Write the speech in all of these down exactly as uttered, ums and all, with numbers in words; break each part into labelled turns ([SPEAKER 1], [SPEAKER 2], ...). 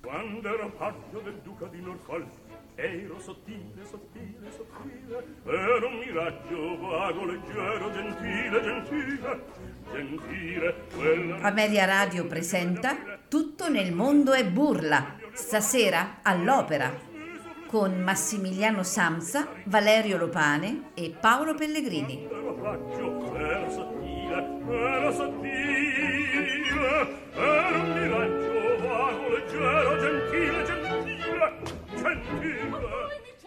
[SPEAKER 1] Quando ero paggio del duca di Norfolk, ero sottile, sottile, sottile, ero un miraggio vago, leggero, gentile, gentile, gentile, quella...
[SPEAKER 2] Amelia Radio presenta Tutto nel mondo è burla, stasera all'opera, con Massimiliano Samsa, Valerio Lopane e Paolo Pellegrini.
[SPEAKER 1] Quando ero paggio, ero sottile, ero sottile, ero un miraggio vago, leggero, gentile, gentile, gentile.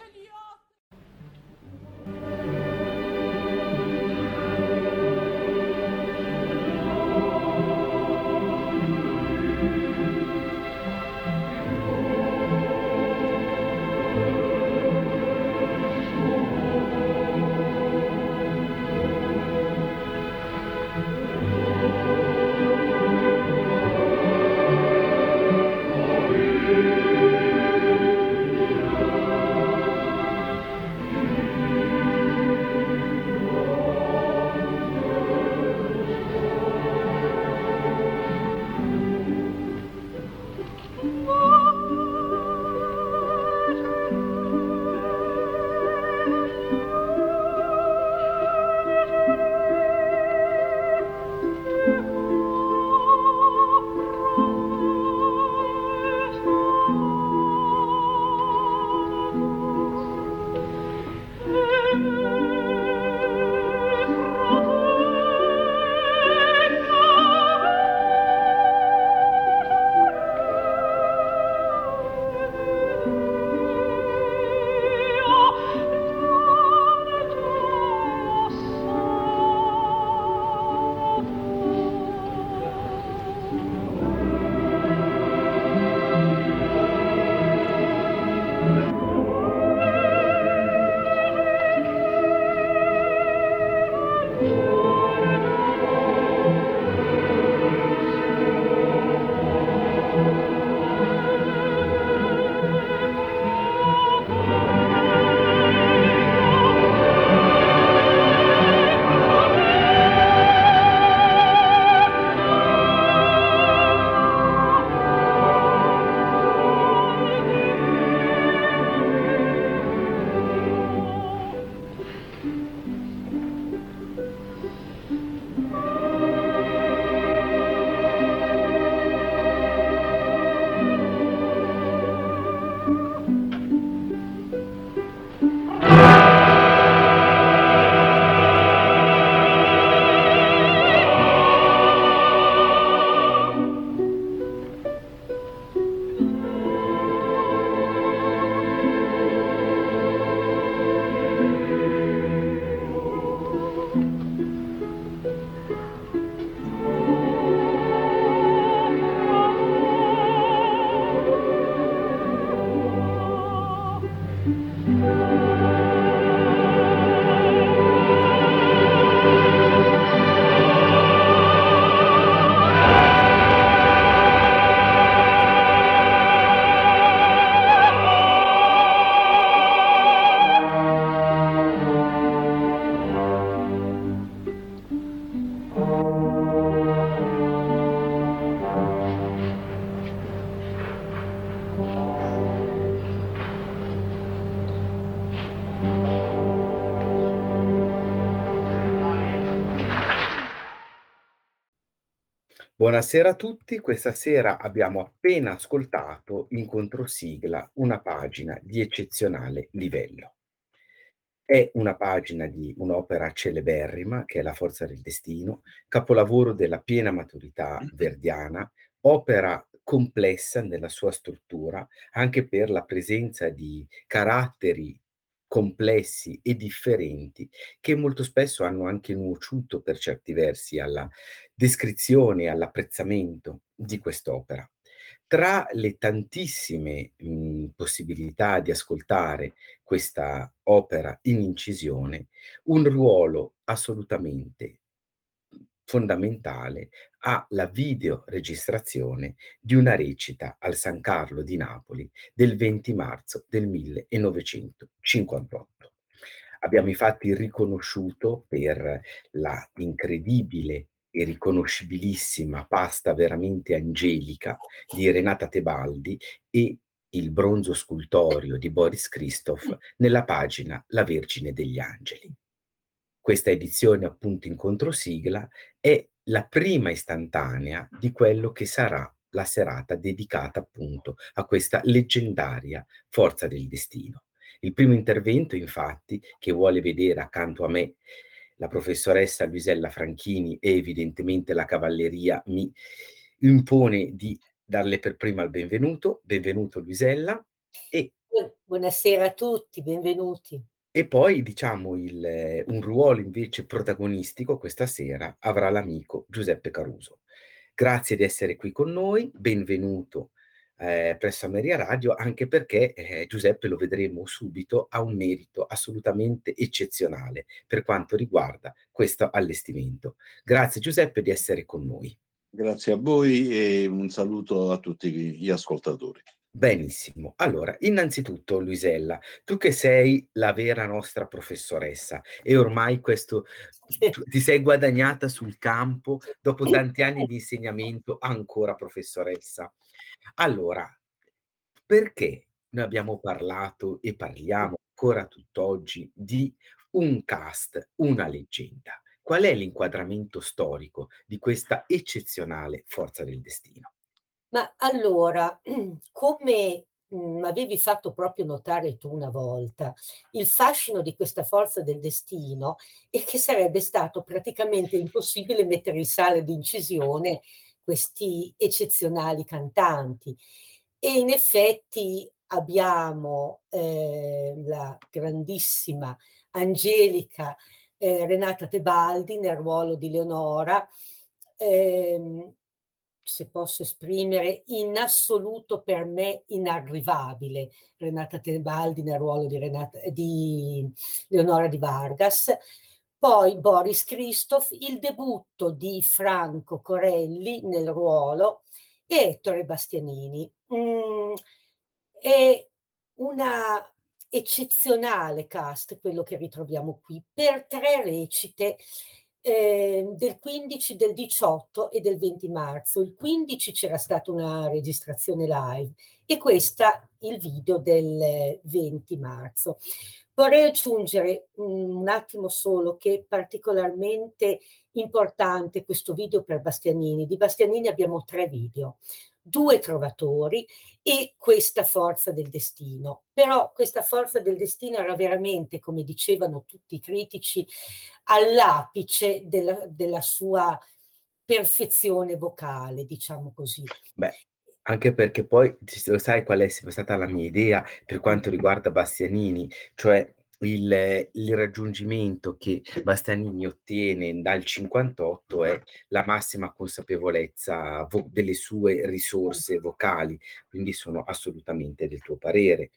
[SPEAKER 3] Buonasera a tutti, questa sera abbiamo appena ascoltato in controsigla una pagina di eccezionale livello. È una pagina di un'opera celeberrima che è La forza del destino, capolavoro della piena maturità verdiana, opera complessa nella sua struttura, anche per la presenza di caratteri complessi e differenti, che molto spesso hanno anche nuociuto per certi versi alla descrizione e all'apprezzamento di quest'opera. Tra le tantissime, mhmm, possibilità di ascoltare questa opera in incisione, un ruolo assolutamente fondamentale ha la videoregistrazione di una recita al San Carlo di Napoli del venti marzo del millenovecentocinquantotto. Abbiamo infatti riconosciuto per la incredibile e riconoscibilissima Pasta veramente angelica di Renata Tebaldi e il bronzo scultoreo di Boris Christoph nella pagina La Vergine degli Angeli. Questa edizione, appunto, in controsigla è la prima istantanea di quello che sarà la serata dedicata, appunto, a questa leggendaria forza del destino. Il primo intervento, infatti, che vuole vedere accanto a me la professoressa Luisella Franchini e evidentemente la cavalleria mi impone di darle per prima il benvenuto. Benvenuto Luisella. E
[SPEAKER 4] Buonasera a tutti, benvenuti.
[SPEAKER 3] E poi, diciamo, il un ruolo invece protagonistico questa sera avrà l'amico Giuseppe Caruso. Grazie di essere qui con noi, benvenuto, ehm, presso Ameria Radio, anche perché, eh, Giuseppe, lo vedremo subito, ha un merito assolutamente eccezionale per quanto riguarda questo allestimento. Grazie Giuseppe di essere con noi.
[SPEAKER 5] Grazie a voi e un saluto a tutti gli ascoltatori.
[SPEAKER 3] Benissimo. Allora, innanzitutto Luisella, tu che sei la vera nostra professoressa e ormai questo tu ti sei guadagnata sul campo, dopo tanti anni di insegnamento, ancora professoressa. Allora, perché noi abbiamo parlato e parliamo ancora tutt'oggi di un cast, una leggenda? Qual è l'inquadramento storico di questa eccezionale forza del destino?
[SPEAKER 4] Ma allora, come mh, avevi fatto proprio notare tu una volta, il fascino di questa forza del destino è che sarebbe stato praticamente impossibile mettere in sala d'incisione questi eccezionali cantanti. E in effetti abbiamo eh, la grandissima Angelica eh, Renata Tebaldi nel ruolo di Leonora, ehm, se posso esprimere, in assoluto per me inarrivabile Renata Tebaldi nel ruolo di, Renata, di Leonora di Vargas. Poi Boris Christoph, il debutto di Franco Corelli nel ruolo e Ettore Bastianini. Mm, è una eccezionale cast quello che ritroviamo qui per tre recite eh, del quindici, del diciotto e del venti marzo. Il quindici c'era stata una registrazione live e questa il video del venti marzo. Vorrei aggiungere un attimo solo che è particolarmente importante questo video per Bastianini. Di Bastianini abbiamo tre video, due trovatori e questa forza del destino. Però questa forza del destino era veramente, come dicevano tutti i critici, all'apice della, della sua perfezione vocale, diciamo così.
[SPEAKER 3] Beh, anche perché poi lo sai qual è stata la mia idea per quanto riguarda Bastianini, cioè il, il raggiungimento che Bastianini ottiene dal cinquantotto è la massima consapevolezza vo- delle sue risorse vocali, quindi sono assolutamente del tuo parere.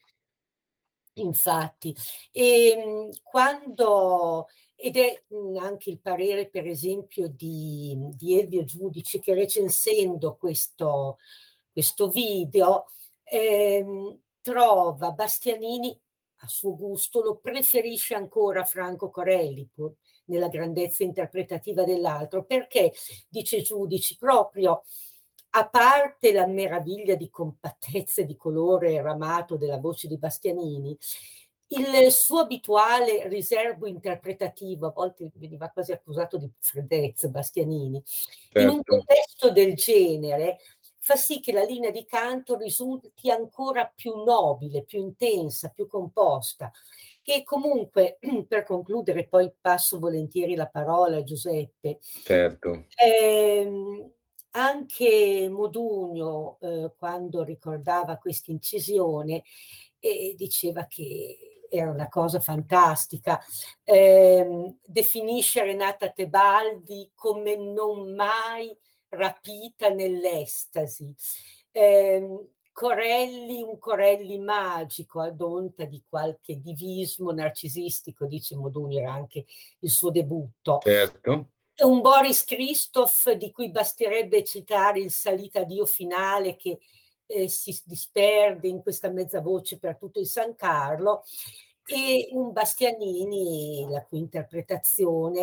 [SPEAKER 4] Infatti, e quando, ed è anche il parere per esempio di, di Elvio Giudici che recensendo questo, questo video ehm, trova Bastianini a suo gusto, lo preferisce ancora a Franco Corelli pur nella grandezza interpretativa dell'altro, perché dice Giudici proprio a parte la meraviglia di compattezza e di colore ramato della voce di Bastianini, il suo abituale riservo interpretativo, a volte veniva quasi accusato di freddezza Bastianini, certo. In un contesto del genere fa sì che la linea di canto risulti ancora più nobile, più intensa, più composta. Che comunque, per concludere, poi passo volentieri la parola a Giuseppe.
[SPEAKER 3] Certo.
[SPEAKER 4] Ehm, anche Modugno, eh, quando ricordava questa incisione, eh, diceva che era una cosa fantastica. Eh, definisce Renata Tebaldi come non mai rapita nell'estasi. Eh, Corelli, un Corelli magico, ad onta di qualche divismo narcisistico, dice Modugno, era anche il suo debutto.
[SPEAKER 3] Certo.
[SPEAKER 4] Un Boris Christoph di cui basterebbe citare il Salita Dio finale che eh, si disperde in questa mezza voce per tutto il San Carlo, e un Bastianini la cui interpretazione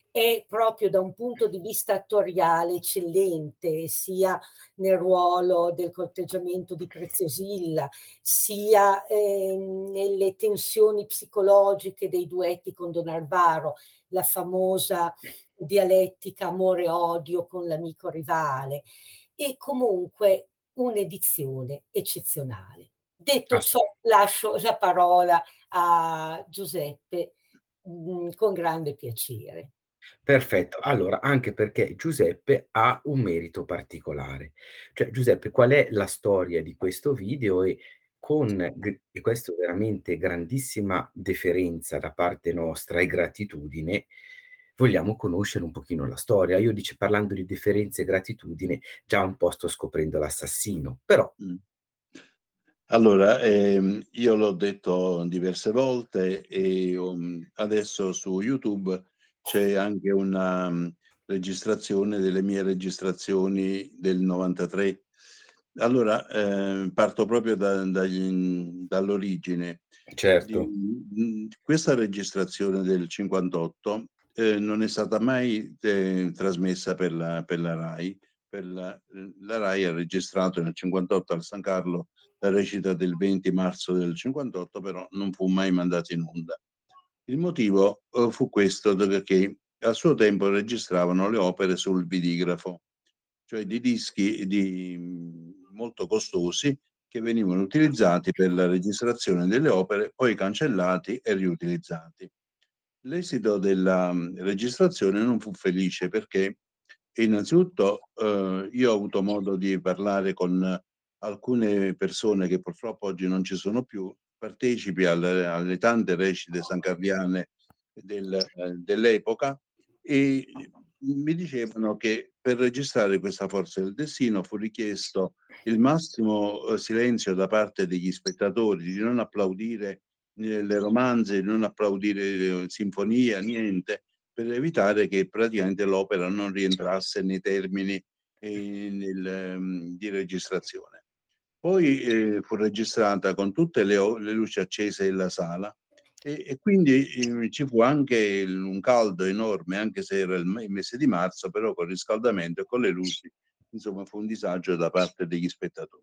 [SPEAKER 4] è proprio da un punto di vista attoriale eccellente, sia nel ruolo del corteggiamento di Preziosilla, sia ehm, nelle tensioni psicologiche dei duetti con Don Alvaro, la famosa dialettica amore-odio con l'amico rivale, e comunque un'edizione eccezionale. Detto ciò, lascio la parola a Giuseppe mh, con grande piacere.
[SPEAKER 3] Perfetto. Allora, anche perché Giuseppe ha un merito particolare. Cioè, Giuseppe, qual è la storia di questo video? E con g e questo veramente grandissima deferenza da parte nostra e gratitudine, vogliamo conoscere un pochino la storia. Io dice parlando di deferenza e gratitudine, già un po' sto scoprendo l'assassino, però
[SPEAKER 5] Mh. Allora, ehm, io l'ho detto diverse volte e, um, adesso su YouTube c'è anche una, mhmm, registrazione delle mie registrazioni del 'novantatré. Allora, ehm, parto proprio da dagli dall'origine. Di
[SPEAKER 3] certo,
[SPEAKER 5] mhmm, questa registrazione del 'cinquantotto, ehm, non è stata mai, ehm, trasmessa per la per la Rai. Per la uhm, la Rai ha registrato nel 'cinquantotto al San Carlo la recita del venti marzo del 'cinquantotto, però non fu mai mandata in onda. Il motivo, uhm, fu questo, d perché a suo tempo registravano le opere sul videografo, cioè di dischi di mhmm, molto costosi che venivano utilizzati per la registrazione delle opere, poi cancellati e riutilizzati. L'esito della, mhmm, registrazione non fu felice perché innanzitutto, uhm, io ho avuto modo di parlare con alcune persone che purtroppo oggi non ci sono più, partecipi alle alle tante recite sancarliane del ehm, dell'epoca, e mi dicevano che per registrare questa Forza del Destino fu richiesto il massimo, uhm, silenzio da parte degli spettatori, di non applaudire eh, le romanze, di non applaudire eh, sinfonia, niente, per evitare che praticamente l'opera non rientrasse nei termini, ehm, nel mhmm, di registrazione. Poi, ehm, fu registrata con tutte le o le luci accese della sala, e e quindi, ehm, ci fu anche il un caldo enorme, anche se era il me il mese di marzo, però col riscaldamento e con le luci, insomma fu un disagio da parte degli spettatori.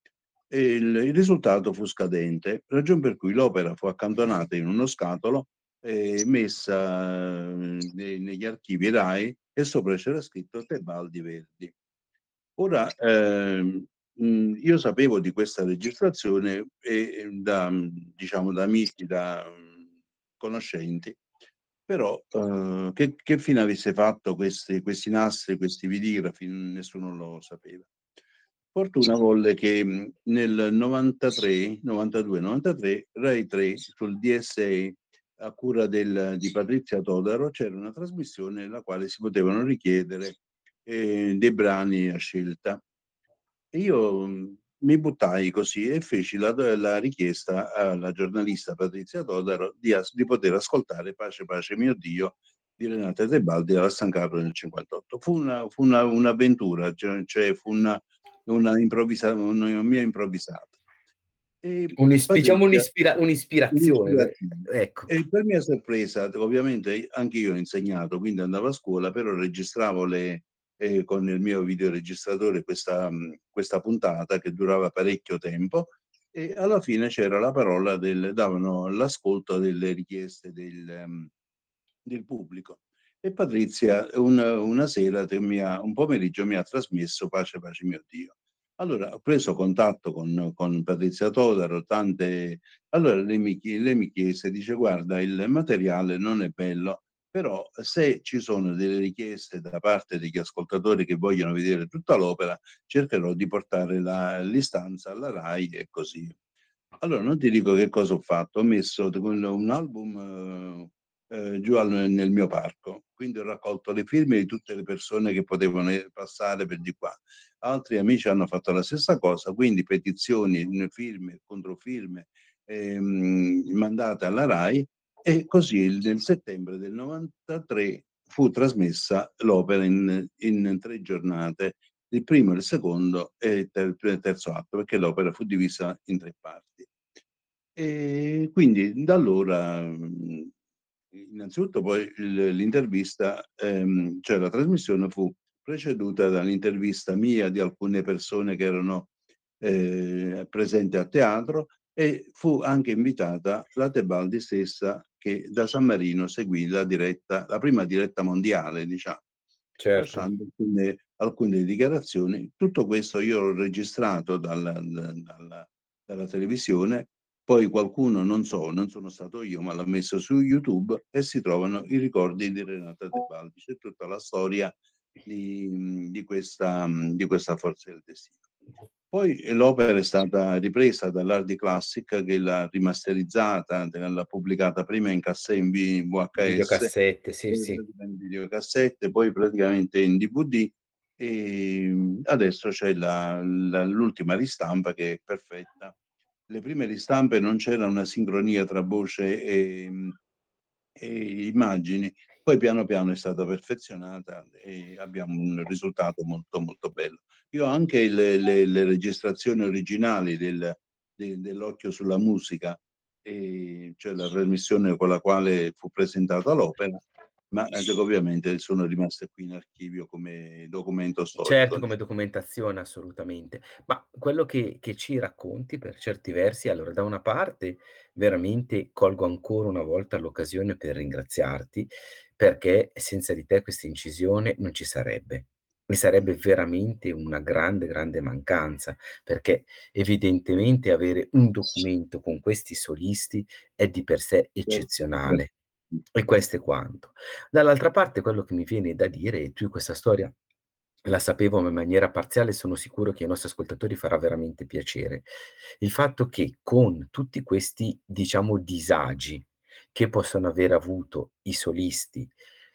[SPEAKER 5] E il il risultato fu scadente, ragion per cui l'opera fu accantonata in uno scatolo e messa, mhmm, ne negli archivi Rai, e sopra c'era scritto Tebaldi Verdi. Ora, ehm, mhmm, io sapevo di questa registrazione e, ehm, da mhmm, diciamo da amici, da, mhmm, conoscenti, però, uhm, che che fine avesse fatto questi questi nastri, questi videografi, nessuno lo sapeva. Fortuna volle che, mhmm, nel novantatré, novantadue, novantatré, Rai tre sul D S A a cura del di Patrizia Todaro c'era una trasmissione nella quale si potevano richiedere, ehm, dei brani a scelta. E io, mhmm, mi buttai così e feci la d la richiesta alla giornalista Patrizia Todaro di as di poter ascoltare Pace, pace mio Dio di Renata Tebaldi al San Carlo nel 'cinquantotto. Fu una fu una un'avventura, cioè cioè fu una una improvvisa una mia improvvisata. E
[SPEAKER 3] un'is diciamo
[SPEAKER 5] Patrizia
[SPEAKER 3] un'ispira un'ispirazione, beh,
[SPEAKER 5] un'ispirazione.
[SPEAKER 3] ecco.
[SPEAKER 5] E per mia sorpresa, ovviamente anche io ho insegnato, quindi andavo a scuola, però registravo le ehm, con il mio videoregistratore questa mhmm, questa puntata che durava parecchio tempo, e alla fine c'era la parola del davano l'ascolto delle richieste del mhmm, del pubblico. E Patrizia un una sera te mi ha un pomeriggio mi ha trasmesso Pace, pace mio Dio. Allora ho preso contatto con con Patrizia Todaro, tante allora lei mi chie lei mi chiese, dice: "Guarda, il materiale non è bello, però se ci sono delle richieste da parte degli ascoltatori che vogliono vedere tutta l'opera, cercherò di portare la l'istanza alla Rai", e così. Allora non ti dico che cosa ho fatto, ho messo d un un album, ehm, ehm, giù al nel mio parco, quindi ho raccolto le firme di tutte le persone che potevano, ehm, passare per di qua. Altri amici hanno fatto la stessa cosa, quindi petizioni, n firme, controfirme, ehm, mandate alla Rai, e così il nel settembre del novantatré fu trasmessa l'opera in in tre giornate, il primo, il secondo e il ter il terzo atto, perché l'opera fu divisa in tre parti. E quindi da allora, mhmm, innanzitutto poi il, l'intervista, ehm, cioè la trasmissione fu preceduta dall'intervista mia di alcune persone che erano eh, presenti a teatro, e fu anche invitata la Tebaldi stessa, che da San Marino seguì la diretta, la prima diretta mondiale, diciamo,
[SPEAKER 3] Certo.
[SPEAKER 5] lasciando alcune, alcune dichiarazioni. Tutto questo io l'ho registrato dalla, dalla, dalla televisione, poi qualcuno, non so, non sono stato io, ma l'ha messo su YouTube e si trovano i ricordi di Renata Tebaldi. C'è tutta la storia di, di, questa, di questa Forza del Destino. Poi l'opera è stata ripresa dall'Ardi Classic, che l'ha rimasterizzata, l'ha pubblicata prima in cassette, in V H S,
[SPEAKER 3] Videocassette, sì, sì.
[SPEAKER 5] in videocassette, poi praticamente in D V D, e adesso c'è la, la, l'ultima ristampa che è perfetta. Le prime ristampe non c'era una sincronia tra voce e, e immagini, poi piano piano è stata perfezionata e abbiamo un risultato molto molto bello. Io ho anche le, le, le registrazioni originali del, de, dell'Occhio sulla musica, e cioè la trasmissione con la quale fu presentata l'opera, ma eh, ovviamente sono rimaste qui in archivio come documento storico.
[SPEAKER 3] Certo, come documentazione, assolutamente. Ma quello che, che ci racconti per certi versi, allora, da una parte veramente colgo ancora una volta l'occasione per ringraziarti, perché senza di te questa incisione non ci sarebbe. Mi sarebbe veramente una grande, grande mancanza, perché evidentemente avere un documento con questi solisti è di per sé eccezionale. E questo è quanto. Dall'altra parte quello che mi viene da dire, e tu questa storia la sapevo, ma in maniera parziale, sono sicuro che ai nostri ascoltatori farà veramente piacere. Il fatto che con tutti questi, diciamo, disagi che possono aver avuto i solisti,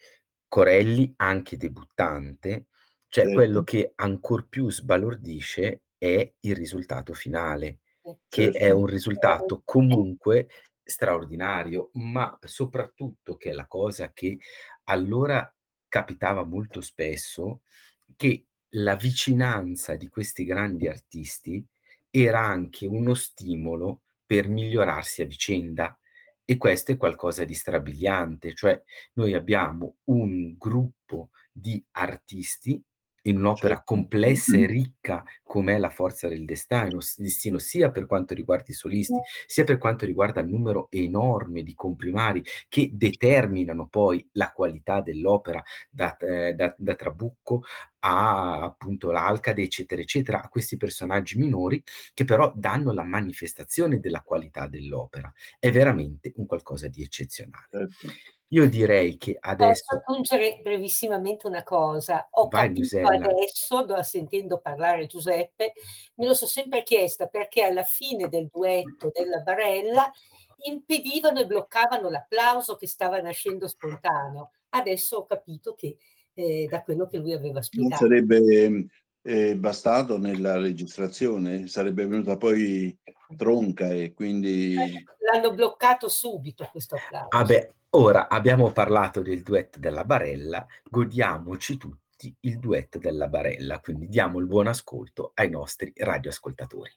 [SPEAKER 3] Corelli anche debuttante, cioè
[SPEAKER 5] Certo.
[SPEAKER 3] quello che ancor più sbalordisce è il risultato finale, che
[SPEAKER 5] Certo.
[SPEAKER 3] è un risultato comunque straordinario, ma soprattutto, che è la cosa che allora capitava molto spesso, che la vicinanza di questi grandi artisti era anche uno stimolo per migliorarsi a vicenda, e questo è qualcosa di strabiliante. Cioè noi abbiamo un gruppo di artisti in un'opera
[SPEAKER 5] Certo.
[SPEAKER 3] complessa e ricca com'è la Forza del Destino, destino, sia per quanto riguarda i solisti, sia per quanto riguarda il numero enorme di comprimari che determinano poi la qualità dell'opera, da, eh, da, da Trabucco a appunto l'Alcade, eccetera, eccetera, a questi personaggi minori che però danno la manifestazione della qualità dell'opera. È veramente un qualcosa di eccezionale.
[SPEAKER 5] Certo.
[SPEAKER 3] Io direi che
[SPEAKER 4] Posso
[SPEAKER 3] adesso...
[SPEAKER 4] aggiungere brevissimamente una cosa? Ho
[SPEAKER 3] Vai,
[SPEAKER 4] capito
[SPEAKER 3] Musella.
[SPEAKER 4] adesso, do- sentendo parlare Giuseppe, me lo sono sempre chiesta perché alla fine del duetto della Barella impedivano e bloccavano l'applauso che stava nascendo spontaneo. Adesso ho capito che eh, da quello che lui aveva
[SPEAKER 5] Non
[SPEAKER 4] spiegato.
[SPEAKER 5] sarebbe eh, bastato nella registrazione, sarebbe venuta poi tronca e quindi...
[SPEAKER 4] L'hanno bloccato subito questo applauso.
[SPEAKER 3] Ah beh, ora abbiamo parlato del duetto della Barella, godiamoci tutti il duetto della Barella, quindi diamo il buon ascolto ai nostri radioascoltatori.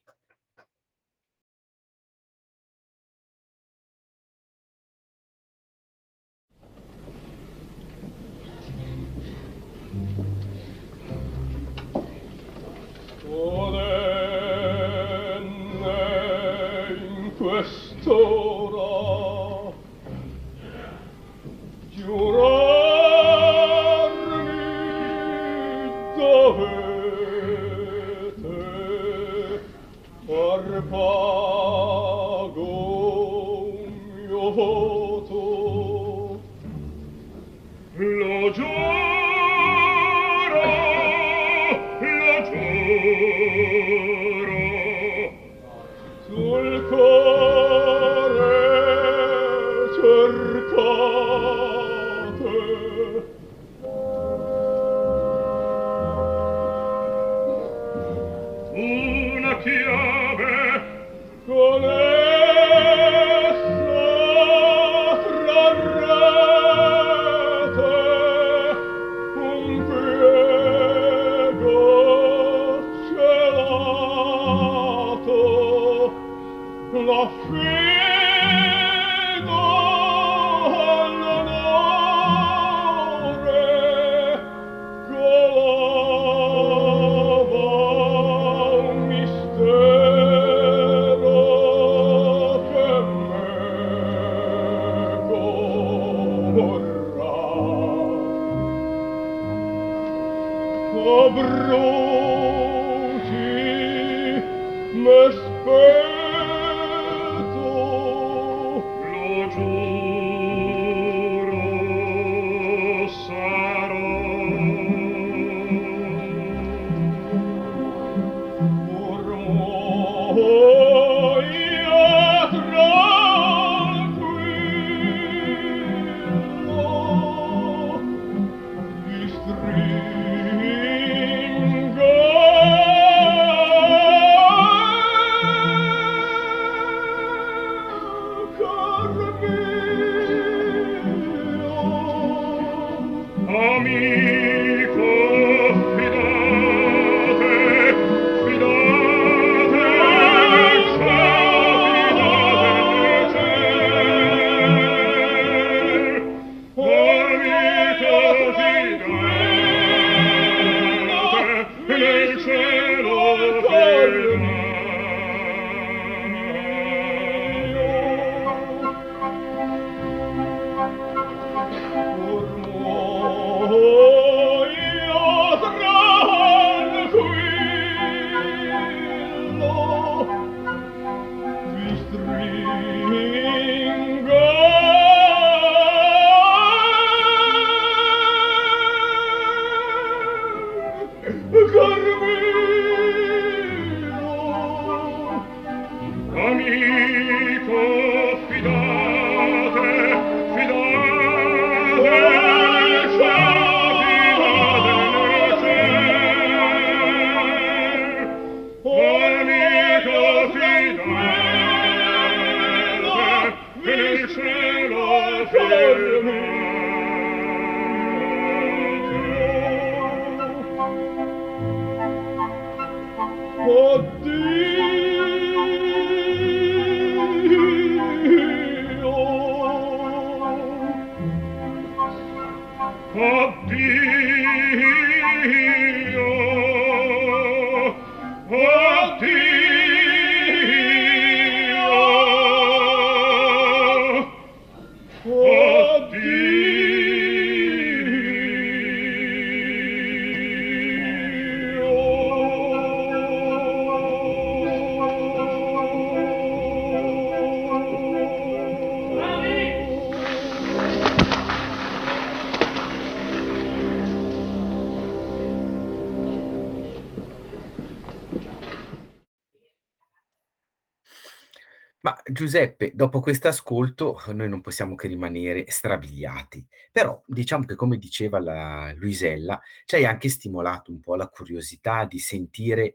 [SPEAKER 1] In quest'ora giurarmi dovete, far pago un mio voto. Lo giuro, lo giuro, sul cuore cercate una chiave con essa trarrete un piego celato, la fido alla
[SPEAKER 3] Ma Giuseppe, dopo quest'ascolto noi non possiamo che rimanere strabiliati. Però diciamo che, come diceva la Luisella, ci hai anche stimolato un po' la curiosità di sentire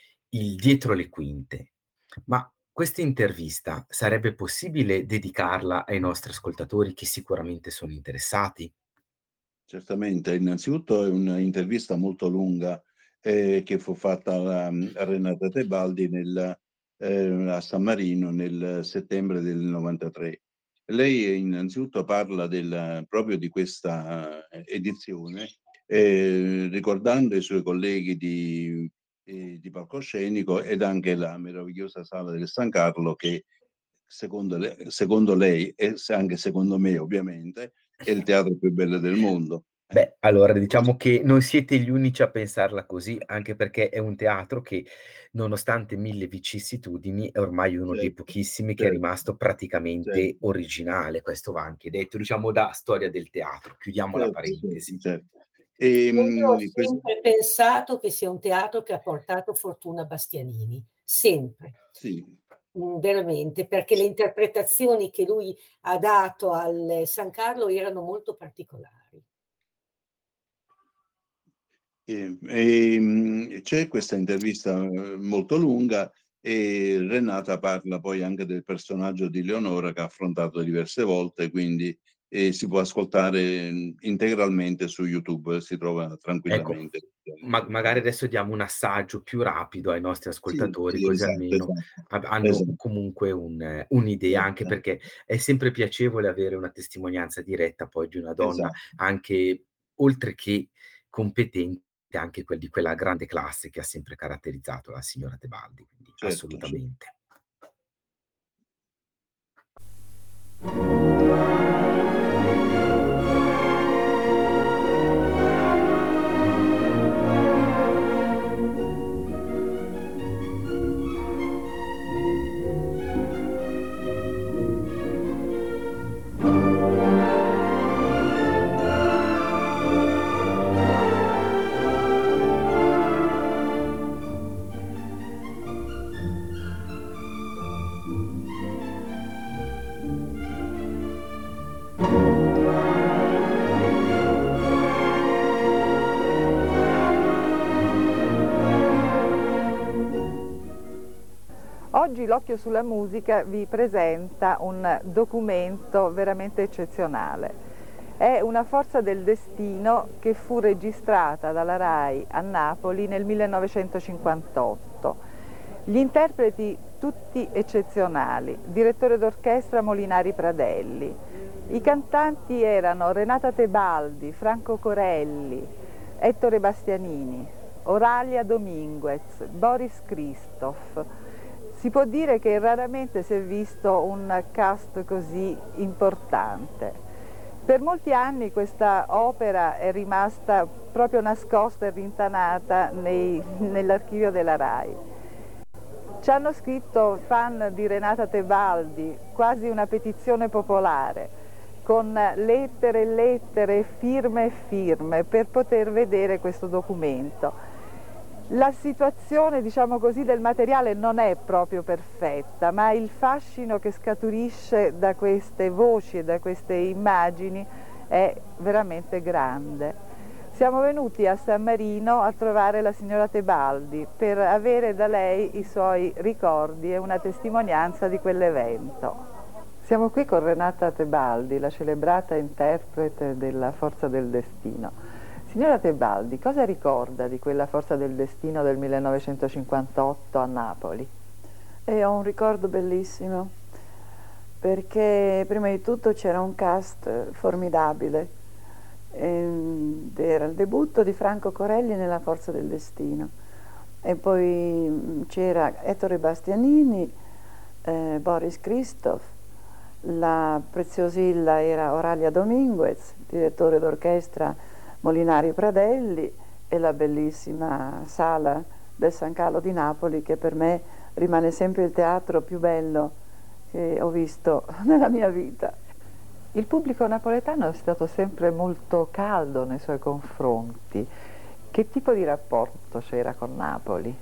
[SPEAKER 3] il dietro le quinte. Ma questa intervista sarebbe possibile dedicarla ai nostri ascoltatori che sicuramente sono interessati?
[SPEAKER 5] Certamente, innanzitutto è un'intervista molto lunga eh, che fu fatta a, a Renata Tebaldi nel, eh, a San Marino nel settembre del novantatré. Lei innanzitutto parla del, proprio di questa eh, edizione, eh, ricordando i suoi colleghi di, eh, di palcoscenico ed anche la meravigliosa sala del San Carlo che secondo, le, secondo lei e anche secondo me ovviamente è il teatro più bello del mondo.
[SPEAKER 3] Beh, allora diciamo che non siete gli unici a pensarla così, anche perché è un teatro che, nonostante mille vicissitudini, è ormai uno dei
[SPEAKER 5] Certo,
[SPEAKER 3] pochissimi che è
[SPEAKER 5] certo,
[SPEAKER 3] rimasto praticamente
[SPEAKER 5] certo,
[SPEAKER 3] originale, questo va anche detto, diciamo da storia del teatro. Chiudiamo la
[SPEAKER 5] certo, certo,
[SPEAKER 3] parentesi.
[SPEAKER 5] certo. E,
[SPEAKER 4] Io ho
[SPEAKER 5] mh, questo,
[SPEAKER 4] sempre pensato che sia un teatro che ha portato fortuna Bastianini, sempre.
[SPEAKER 5] sì,
[SPEAKER 4] Mm, veramente, perché le interpretazioni che lui ha dato al San Carlo erano molto particolari.
[SPEAKER 5] e, e, mh, c'è questa intervista eh, molto lunga e Renata parla poi anche del personaggio di Leonora che ha affrontato diverse volte, quindi eh, si può ascoltare mh, integralmente su YouTube, si trova
[SPEAKER 3] Ecco,
[SPEAKER 5] tranquillamente.
[SPEAKER 3] ma magari adesso diamo un assaggio più rapido ai nostri
[SPEAKER 5] Sì,
[SPEAKER 3] ascoltatori,
[SPEAKER 5] sì,
[SPEAKER 3] così
[SPEAKER 5] esatto,
[SPEAKER 3] almeno
[SPEAKER 5] esatto,
[SPEAKER 3] ha hanno
[SPEAKER 5] esatto,
[SPEAKER 3] comunque un un'idea, anche
[SPEAKER 5] esatto,
[SPEAKER 3] perché è sempre piacevole avere una testimonianza diretta poi di una donna,
[SPEAKER 5] esatto,
[SPEAKER 3] anche oltre che competente, anche quel di quella grande classe che ha sempre caratterizzato la signora Tebaldi, quindi
[SPEAKER 5] certo, certo.
[SPEAKER 3] assolutamente.
[SPEAKER 6] L'Occhio sulla musica vi presenta un documento veramente eccezionale. È Una forza del destino che fu registrata dalla RAI a Napoli nel millenovecentocinquantotto. Gli interpreti tutti eccezionali, direttore d'orchestra Molinari Pradelli. I cantanti erano Renata Tebaldi, Franco Corelli, Ettore Bastianini, Oralia Dominguez, Boris Christoph. Si può dire che raramente si è visto un cast così importante. Per molti anni questa opera è rimasta proprio nascosta e rintanata nei, nell'archivio della RAI. Ci hanno scritto fan di Renata Tebaldi, quasi una petizione popolare, con lettere e lettere, firme e firme, per poter vedere questo documento. La situazione, diciamo così, del materiale non è proprio perfetta, ma il fascino che scaturisce da queste voci e da queste immagini è veramente grande. Siamo venuti a San Marino a trovare la signora Tebaldi per avere da lei i suoi ricordi e una testimonianza di quell'evento. Siamo qui con Renata Tebaldi, la celebrata interprete della Forza del Destino. Signora Tebaldi, cosa ricorda di quella Forza del Destino del millenovecentocinquantotto a Napoli?
[SPEAKER 7] E ho un ricordo bellissimo, perché prima di tutto c'era un cast formidabile. Ed era il debutto di Franco Corelli nella Forza del Destino. E poi c'era Ettore Bastianini, eh, Boris Christoph, la preziosilla era Oralia Dominguez, direttore d'orchestra Molinari Pradelli, e la bellissima sala del San Carlo di Napoli, che per me rimane sempre il teatro più bello che ho visto nella mia vita.
[SPEAKER 6] Il pubblico napoletano è stato sempre molto caldo nei suoi confronti. Che tipo di rapporto c'era con Napoli?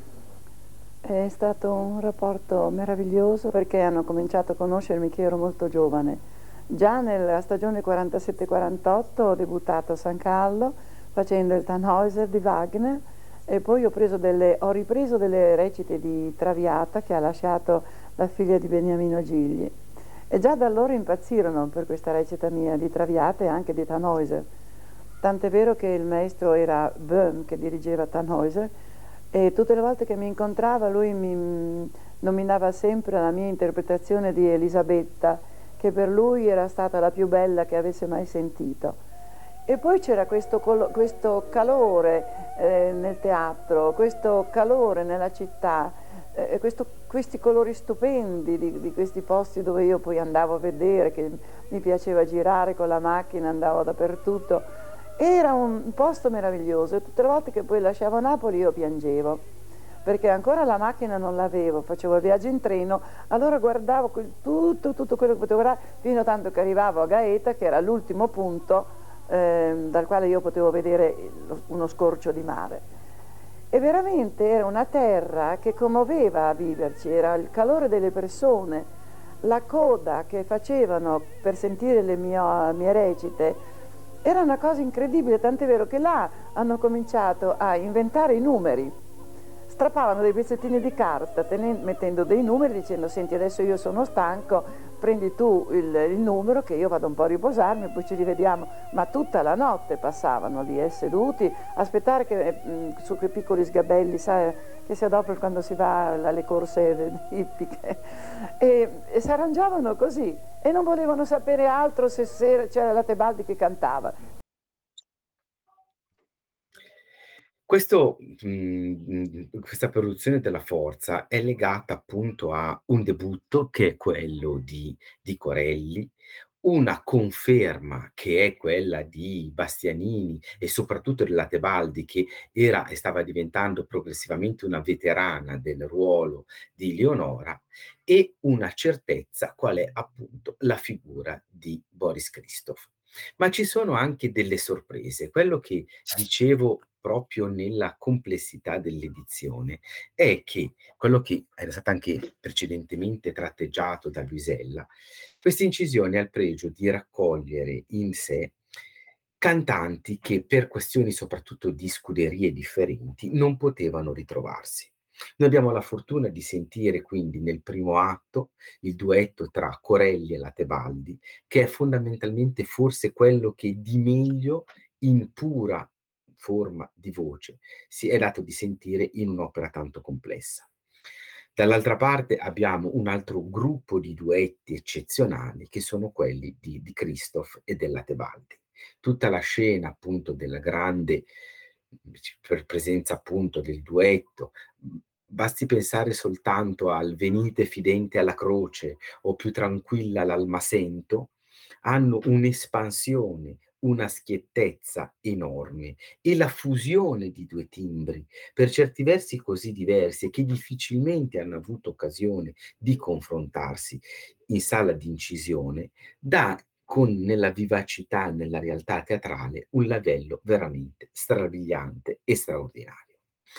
[SPEAKER 7] È stato un rapporto meraviglioso, perché hanno cominciato a conoscermi che ero molto giovane. Già nella stagione quarantasette quarantotto ho debuttato a San Carlo facendo il Tannhäuser di Wagner, e poi ho, preso delle, ho ripreso delle recite di Traviata che ha lasciato la figlia di Beniamino Gigli. E già da allora impazzirono per questa recita mia di Traviata e anche di Tannhäuser. Tant'è vero che il maestro era Böhm, che dirigeva Tannhäuser, e tutte le volte che mi incontrava lui mi nominava sempre la mia interpretazione di Elisabetta, che per lui era stata la più bella che avesse mai sentito. E poi c'era questo, questo calore eh, nel teatro, questo calore nella città, eh, questo, questi colori stupendi di, di questi posti dove io poi andavo a vedere, che mi piaceva girare con la macchina, andavo dappertutto. Era un posto meraviglioso, e tutte le volte che poi lasciavo Napoli io piangevo, perché ancora la macchina non l'avevo, facevo il viaggio in treno, allora guardavo quel, tutto, tutto quello che potevo guardare, fino a tanto che arrivavo a Gaeta, che era l'ultimo punto eh, dal quale io potevo vedere uno scorcio di mare. E veramente era una terra che commoveva a viverci, era il calore delle persone, la coda che facevano per sentire le mie, mie recite, era una cosa incredibile, tant'è vero che là hanno cominciato a inventare i numeri. Strappavano dei pezzettini di carta tenendo, mettendo dei numeri, dicendo: senti, adesso io sono stanco, prendi tu il, il numero che io vado un po' a riposarmi e poi ci rivediamo. Ma tutta la notte passavano lì, eh, seduti, aspettare che mh, su quei piccoli sgabelli, sai, che si adoperano quando si va alle corse ippiche, e, e si arrangiavano così e non volevano sapere altro se, se c'era la Tebaldi che cantava.
[SPEAKER 3] Questo, mhmm, questa produzione della Forza è legata appunto a un debutto che è quello di di Corelli, una conferma che è quella di Bastianini e soprattutto della Tebaldi, che era e stava diventando progressivamente una veterana del ruolo di Leonora, e una certezza qual è appunto la figura di Boris Christoph. Ma ci sono anche delle sorprese. Quello che dicevo proprio nella complessità dell'edizione è che quello che era stato anche precedentemente tratteggiato da Luisella, questa incisione ha il pregio di raccogliere in sé cantanti che per questioni soprattutto di scuderie differenti non potevano ritrovarsi. Noi abbiamo la fortuna di sentire quindi nel primo atto il duetto tra Corelli e la Tebaldi, che è fondamentalmente forse quello che di meglio in pura forma di voce si è dato di sentire in un'opera tanto complessa. Dall'altra parte abbiamo un altro gruppo di duetti eccezionali che sono quelli di, di Christoph e della Tebaldi. Tutta la scena appunto della grande per presenza appunto del duetto, basti pensare soltanto al Venite fidente alla croce o Più tranquilla l'alma sento, hanno un'espansione, una schiettezza enorme e la fusione di due timbri, per certi versi così diversi e che difficilmente hanno avuto occasione di confrontarsi in sala di incisione, dà con nella vivacità e nella realtà teatrale un livello veramente strabiliante e straordinario.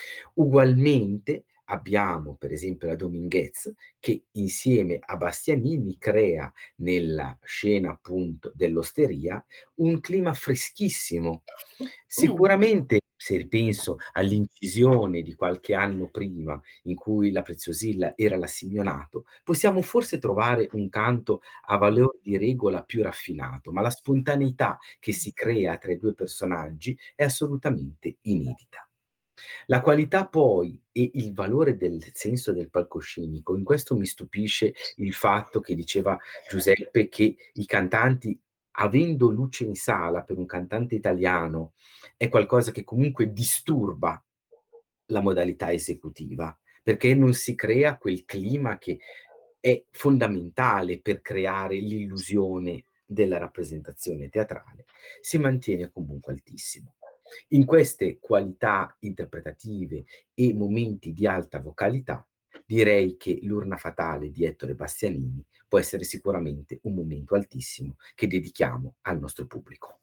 [SPEAKER 3] Ugualmente abbiamo per esempio la Dominguez che insieme a Bastianini crea nella scena appunto dell'osteria un clima freschissimo. Sicuramente se ripenso all'incisione di qualche anno prima in cui la Preziosilla era la Simeonato, possiamo forse trovare un canto a valor di regola più raffinato, ma la spontaneità che si crea tra i due personaggi è assolutamente inedita. La qualità poi e il valore del senso del palcoscenico, in questo mi stupisce il fatto che diceva Giuseppe che i cantanti, avendo luce in sala per un cantante italiano, è qualcosa che comunque disturba la modalità esecutiva, perché non si crea quel clima che è fondamentale per creare l'illusione della rappresentazione teatrale, si mantiene comunque altissimo. In queste qualità interpretative e momenti di alta vocalità, direi che l'Urna fatale di Ettore Bastianini può essere sicuramente un momento altissimo che dedichiamo al nostro pubblico.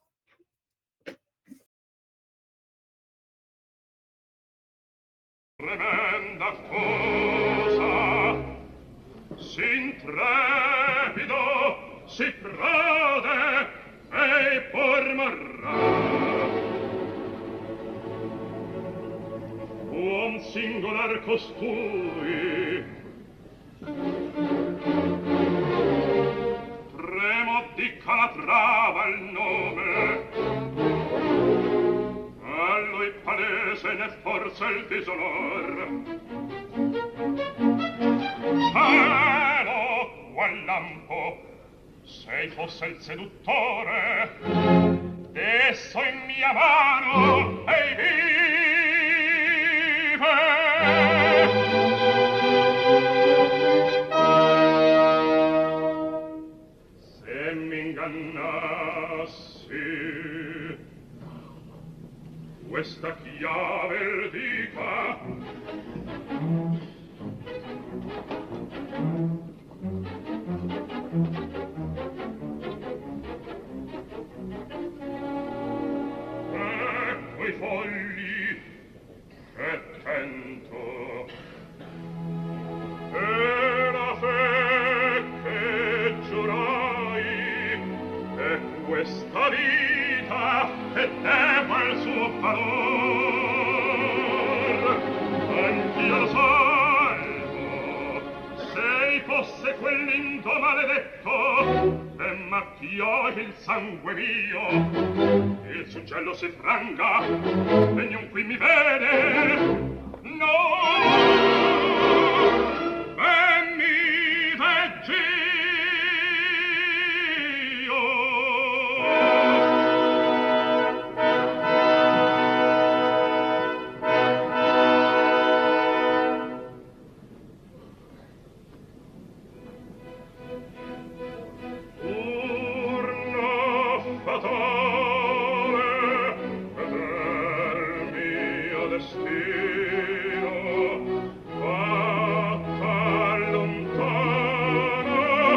[SPEAKER 1] Tremenda cosa, s'intrepido, si prode e por morrà. Uom singolar costui, tremo di Calatrava il nome, a lui palese ne forza il disonor. Cielo o al lampo, se fosse il seduttore, esso in mia mano ei vive. Se m'ingannassi, questa chiave il dica. Ecco i fogli che tento e la fe che giurai e questa vita che devo al suo valor. Anch'io lo salvo se fosse quell'indo maledetto e macchiò il sangue mio. Il suggello si franga e niun qui mi vede. No, ben mi veggi io. Urna fatale ed è il mio destino, fatta lontana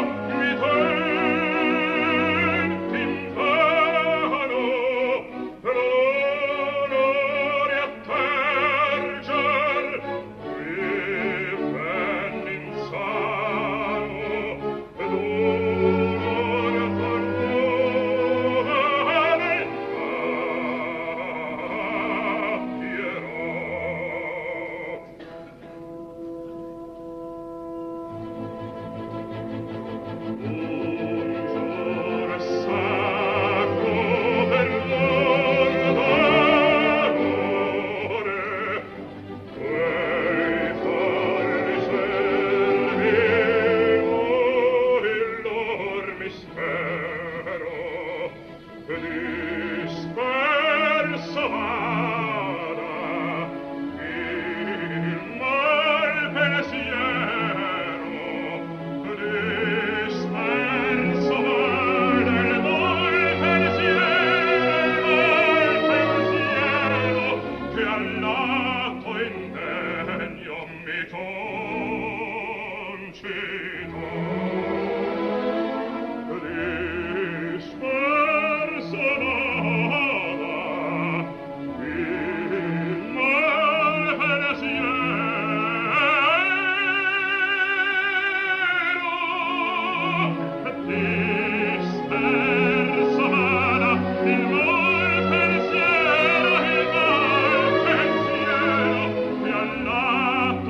[SPEAKER 1] dispersa vada il mal pensiero, il mal pensiero che all'atto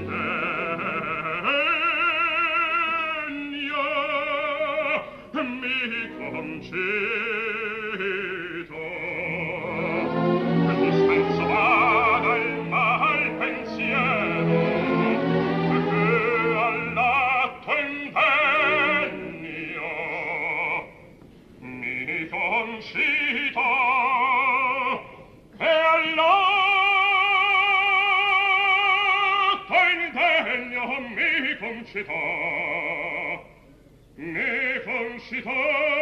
[SPEAKER 1] indegno mi concito. Dispersa vada il mal pensiero che all'atto indegno mi concito, che all'atto indegno mi concito, mi concito.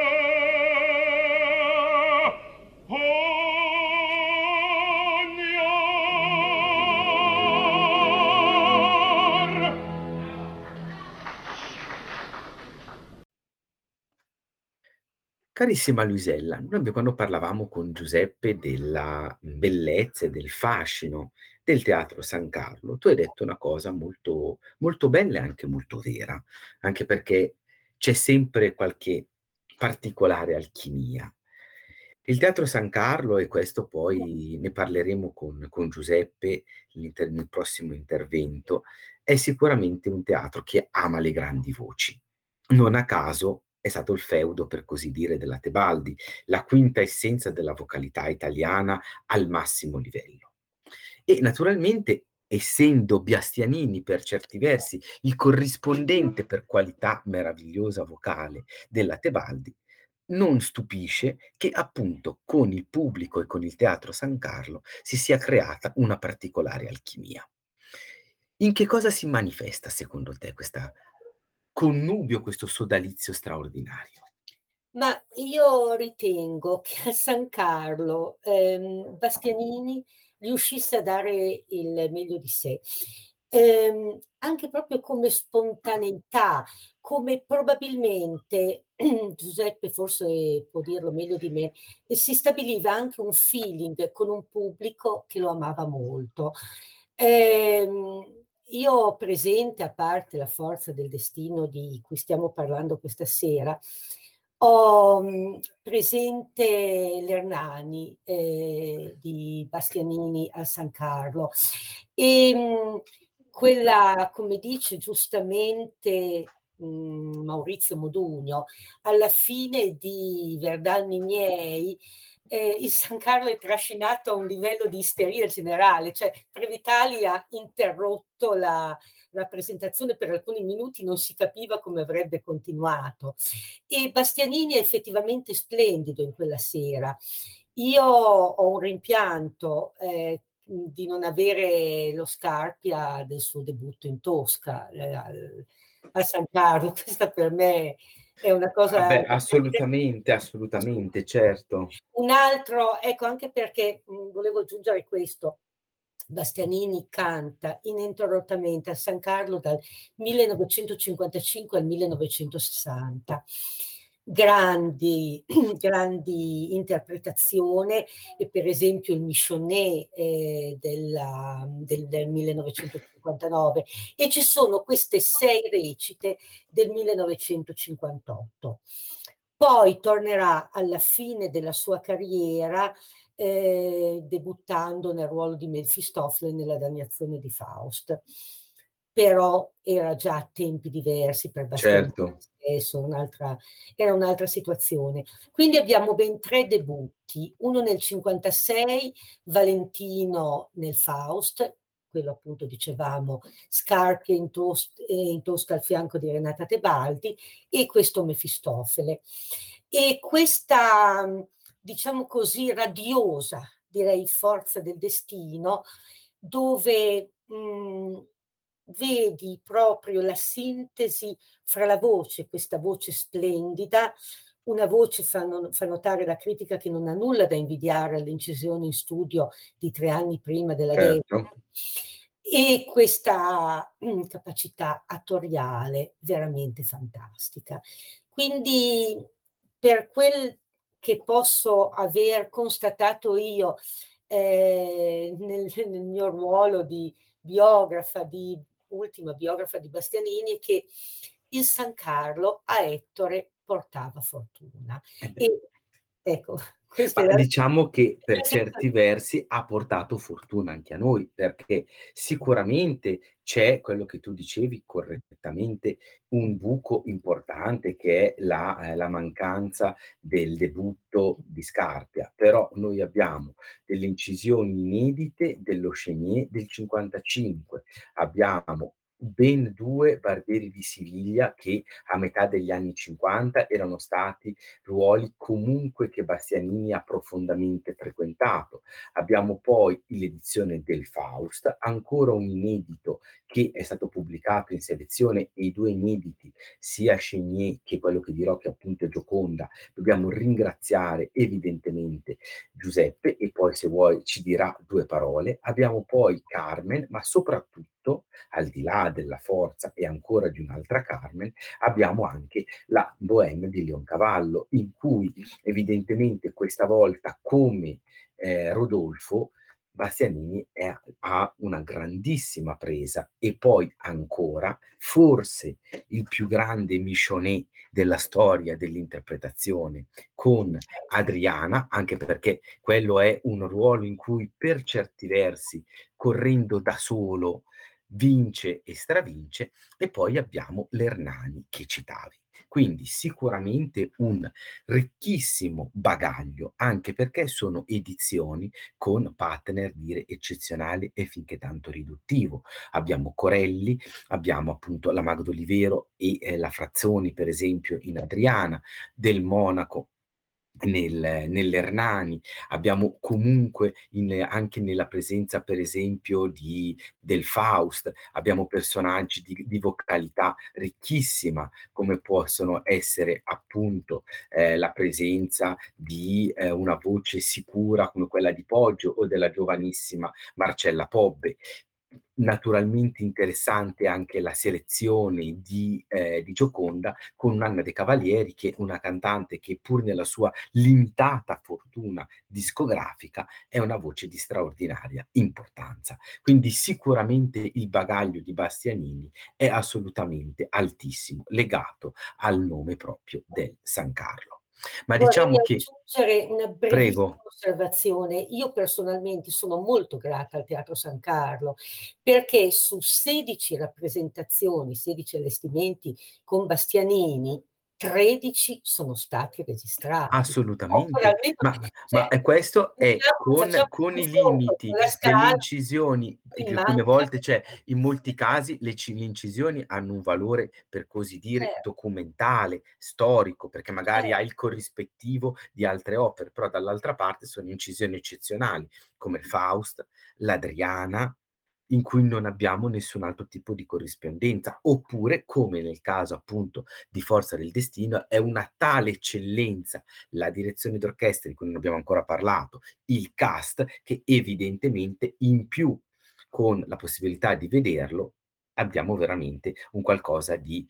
[SPEAKER 3] Carissima Luisella, noi abbi- quando parlavamo con Giuseppe della bellezza e del fascino del Teatro San Carlo, tu hai detto una cosa molto, molto bella e anche molto vera, anche perché c'è sempre qualche particolare alchimia. Il Teatro San Carlo, e questo poi ne parleremo con, con Giuseppe nell'inter- nel prossimo intervento, è sicuramente un teatro che ama le grandi voci. Non a caso è stato il feudo, per così dire, della Tebaldi, la quinta essenza della vocalità italiana al massimo livello. E naturalmente, essendo Bastianini per certi versi il corrispondente per qualità meravigliosa vocale della Tebaldi, non stupisce che appunto con il pubblico e con il Teatro San Carlo si sia creata una particolare alchimia. In che cosa si manifesta secondo te questa connubio, questo sodalizio straordinario?
[SPEAKER 4] Ma io ritengo che a San Carlo ehm, Bastianini riuscisse a dare il meglio di sé, ehm, anche proprio come spontaneità, come probabilmente, Giuseppe forse può dirlo meglio di me, e si stabiliva anche un feeling con un pubblico che lo amava molto. Ehm, io ho presente, a parte La forza del destino di cui stiamo parlando questa sera, ho mh, presente l'Ernani eh, di Bastianini a San Carlo e mh, quella, come dice giustamente mh, Maurizio Modugno, alla fine di Verdalmi miei, eh, il San Carlo è trascinato a un livello di isteria generale, cioè Previtali ha interrotto la, la presentazione per alcuni minuti, non si capiva come avrebbe continuato. E Bastianini è effettivamente splendido in quella sera. Io ho un rimpianto eh, di non avere lo Scarpia del suo debutto in Tosca eh, al, a San Carlo. Questa per me è una cosa...
[SPEAKER 3] Vabbè, assolutamente, assolutamente, certo.
[SPEAKER 4] Un altro, ecco, anche perché mh, volevo aggiungere questo. Bastianini canta ininterrottamente a San Carlo dal millenovecentocinquantacinque al millenovecentosessanta. Grandi, grandi interpretazioni, e per esempio il Michonnet eh, della, del, del millenovecentocinquantanove, e ci sono queste sei recite del millenovecentocinquantotto. Poi tornerà alla fine della sua carriera eh, debuttando nel ruolo di Mefistofele nella Dannazione di Faust. Però era già a tempi diversi per Bastianini
[SPEAKER 3] Certo.
[SPEAKER 4] stesso, un'altra, era un'altra situazione. Quindi abbiamo ben tre debutti, uno nel cinquantasei, Valentino nel Faust, quello appunto dicevamo, Scarpia in, tos- in Tosca al fianco di Renata Tebaldi, e questo Mefistofele. E questa, diciamo così, radiosa, direi, forza del destino, dove mh, vedi proprio la sintesi fra la voce, questa voce splendida, una voce, fa, non, fa notare la critica, che non ha nulla da invidiare all'incisione in studio di tre anni prima della
[SPEAKER 3] Certo.
[SPEAKER 4] guerra, e questa mh, capacità attoriale veramente fantastica. Quindi per quel che posso aver constatato io eh, nel, nel mio ruolo di biografa, di ultima biografa di Bastianini, che il San Carlo a Ettore portava fortuna.
[SPEAKER 3] Eh beh.
[SPEAKER 4] E ecco, questa
[SPEAKER 3] Ma
[SPEAKER 4] è la
[SPEAKER 3] diciamo che per certi versi ha portato fortuna anche a noi, perché sicuramente c'è quello che tu dicevi correttamente, un buco importante che è la, ehm, la mancanza del debutto di Scarpia, però noi abbiamo delle incisioni inedite dello Chenier del cinquantacinque, abbiamo ben due Barbieri di Siviglia che a metà degli anni cinquanta erano stati ruoli comunque che Bastianini ha profondamente frequentato. Abbiamo poi l'edizione del Faust, ancora un inedito che è stato pubblicato in selezione, e i due inediti, sia Chenier che quello che dirò che appunto è Gioconda, dobbiamo ringraziare evidentemente Giuseppe, e poi se vuoi ci dirà due parole. Abbiamo poi Carmen, ma soprattutto, al di là della forza e ancora di un'altra Carmen, abbiamo anche la Bohème di Leoncavallo, in cui evidentemente questa volta, come eh, Rodolfo, Bastianini è, ha una grandissima presa, e poi ancora forse il più grande Michonet della storia dell'interpretazione con Adriana, anche perché quello è un ruolo in cui per certi versi, correndo da solo, vince e stravince. E poi abbiamo l'Hernani che citavi. Quindi sicuramente un ricchissimo bagaglio, anche perché sono edizioni con partner, dire, eccezionali e finché tanto riduttivo. Abbiamo Corelli, abbiamo appunto la Magdolivero e eh, la Frazzoni, per esempio, in Adriana, del Monaco nel, nell'Hernani, abbiamo comunque in, anche nella presenza per esempio di, del Faust, abbiamo personaggi di, di vocalità ricchissima, come possono essere appunto eh, la presenza di eh, una voce sicura come quella di Poggio o della giovanissima Marcella Pobbe. Naturalmente interessante anche la selezione di, eh, di Gioconda con Anna De Cavalieri, che è una cantante che pur nella sua limitata fortuna discografica è una voce di straordinaria importanza. Quindi sicuramente il bagaglio di Bastianini è assolutamente altissimo, legato al nome proprio del San Carlo. Ma
[SPEAKER 4] Vorrei
[SPEAKER 3] diciamo che,
[SPEAKER 4] aggiungere una brevissima
[SPEAKER 3] prego,
[SPEAKER 4] osservazione. Io personalmente sono molto grata al Teatro San Carlo, perché su sedici rappresentazioni, sedici allestimenti con Bastianini, tredici sono stati registrati. O per
[SPEAKER 3] assolutamente,
[SPEAKER 4] almeno,
[SPEAKER 3] ma,
[SPEAKER 4] cioè,
[SPEAKER 3] ma eh, questo è
[SPEAKER 4] facciamo,
[SPEAKER 3] con,
[SPEAKER 4] facciamo un
[SPEAKER 3] con i
[SPEAKER 4] confronto
[SPEAKER 3] limiti
[SPEAKER 4] con la
[SPEAKER 3] delle
[SPEAKER 4] Scala,
[SPEAKER 3] incisioni,
[SPEAKER 4] mi
[SPEAKER 3] che alcune
[SPEAKER 4] manca,
[SPEAKER 3] volte, cioè in molti casi le, ci- le incisioni hanno un valore, per così dire,
[SPEAKER 4] certo,
[SPEAKER 3] documentale, storico, perché magari ha
[SPEAKER 4] certo.
[SPEAKER 3] il corrispettivo di altre opere, però dall'altra parte sono incisioni eccezionali, come il Faust, l'Adriana, in cui non abbiamo nessun altro tipo di corrispondenza, oppure, come nel caso appunto di Forza del Destino, è una tale eccellenza la direzione d'orchestra di cui non abbiamo ancora parlato, il cast, che evidentemente in più con la possibilità di vederlo abbiamo veramente un qualcosa di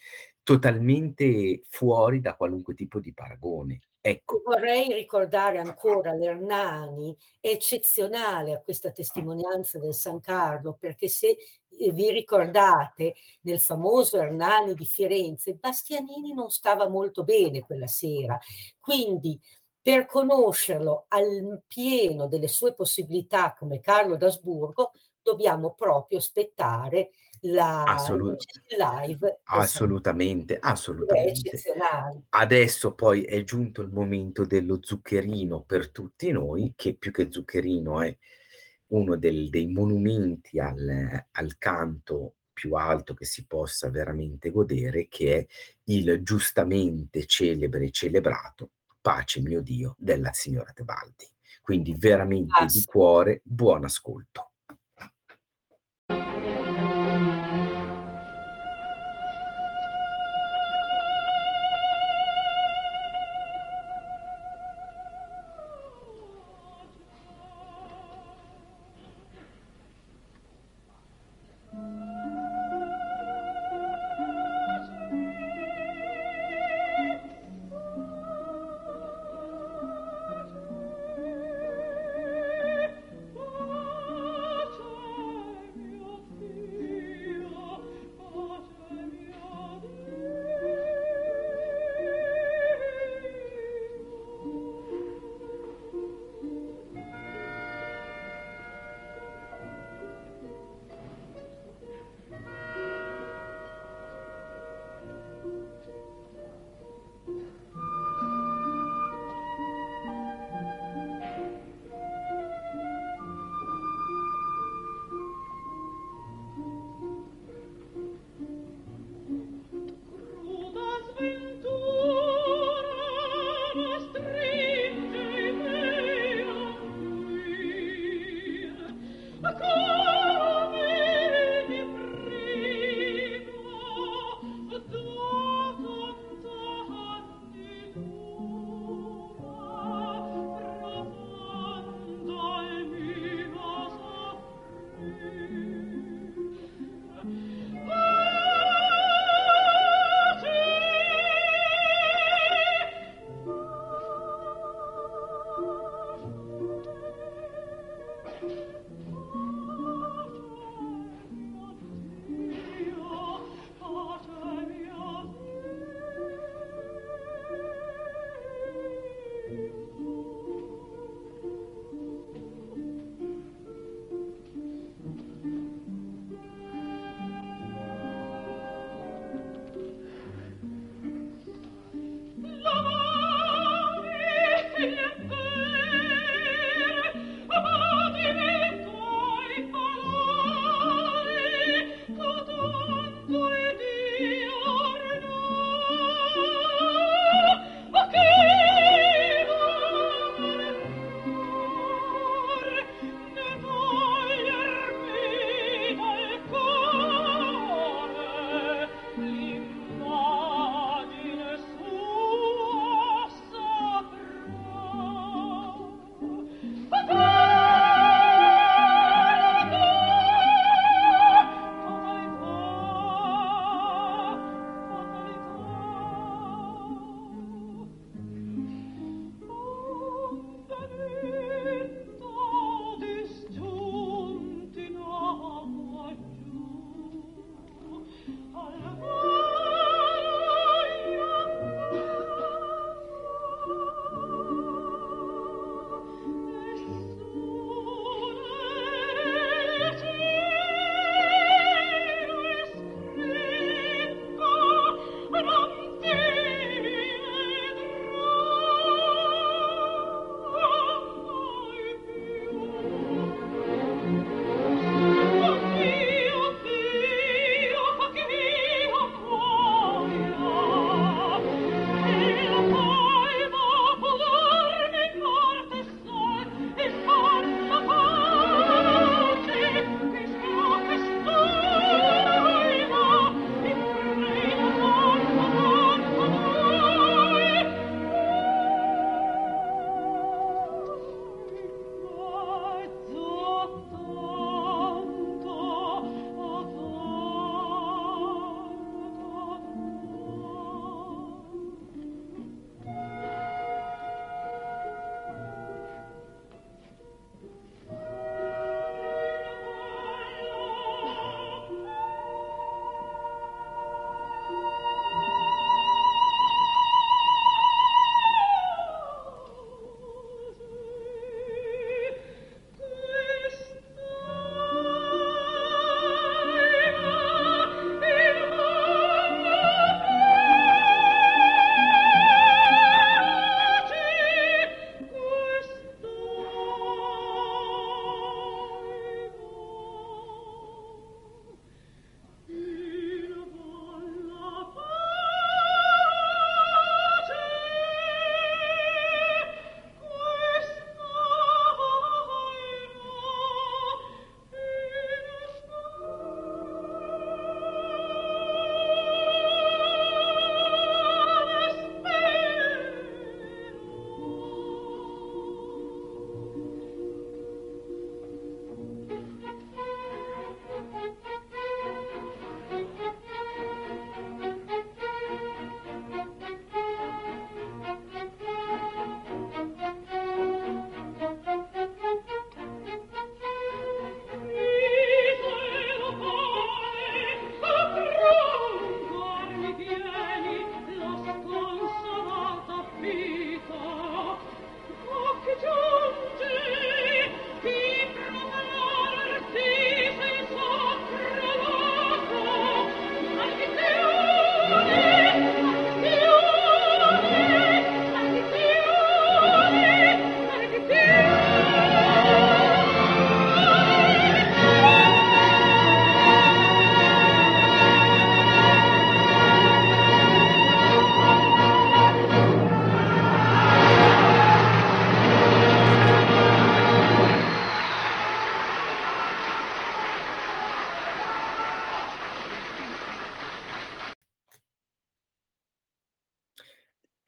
[SPEAKER 3] totalmente fuori da qualunque tipo di paragone. Ecco,
[SPEAKER 4] Vorrei ricordare ancora l'Hernani, eccezionale a questa testimonianza del San Carlo, perché se eh, vi ricordate, nel famoso Hernani di Firenze, Bastianini non stava molto bene quella sera, quindi per conoscerlo al pieno delle sue possibilità come Carlo d'Asburgo, dobbiamo proprio aspettare la,
[SPEAKER 3] assolut-
[SPEAKER 4] il live del San Carlo.
[SPEAKER 3] assolutamente,
[SPEAKER 4] È
[SPEAKER 3] assolutamente.
[SPEAKER 4] eccezionale.
[SPEAKER 3] Adesso poi è giunto il momento dello zuccherino per tutti noi, che più che zuccherino è uno del- dei monumenti al, al canto più alto che si possa veramente godere, che è il giustamente celebre e celebrato Pace mio Dio della signora Tebaldi. Quindi veramente di cuore, buon ascolto.
[SPEAKER 8] Oh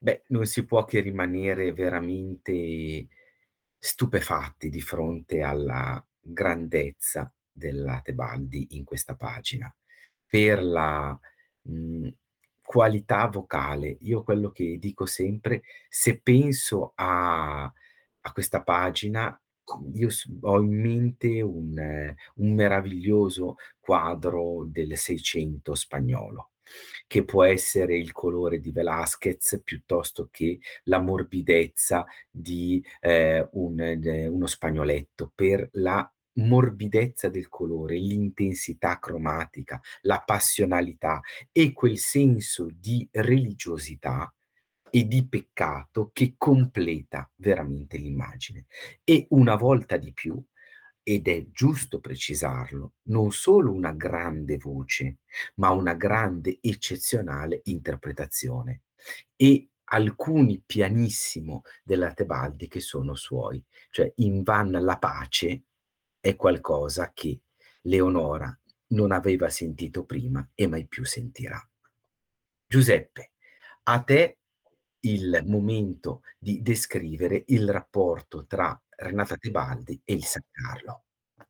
[SPEAKER 3] Beh, non si può che rimanere veramente stupefatti di fronte alla grandezza della Tebaldi in questa pagina, per la, mhmm, qualità vocale. Io quello che dico sempre, se penso a a questa pagina, io s ho in mente un eh, un meraviglioso quadro del seicento spagnolo, che può essere il colore di Velázquez piuttosto che la morbidezza di, ehm, un de uno spagnoletto, per la morbidezza del colore, l'intensità cromatica, la passionalità e quel senso di religiosità e di peccato che completa veramente l'immagine. E una volta di più, ed è giusto precisarlo, non solo una grande voce, ma una grande, eccezionale interpretazione e alcuni pianissimo della Tebaldi che sono suoi. Cioè in Van la pace è qualcosa che Leonora non aveva sentito prima e mai più sentirà. Giuseppe, a te il momento di descrivere il rapporto tra Renata Tebaldi e il San Carlo.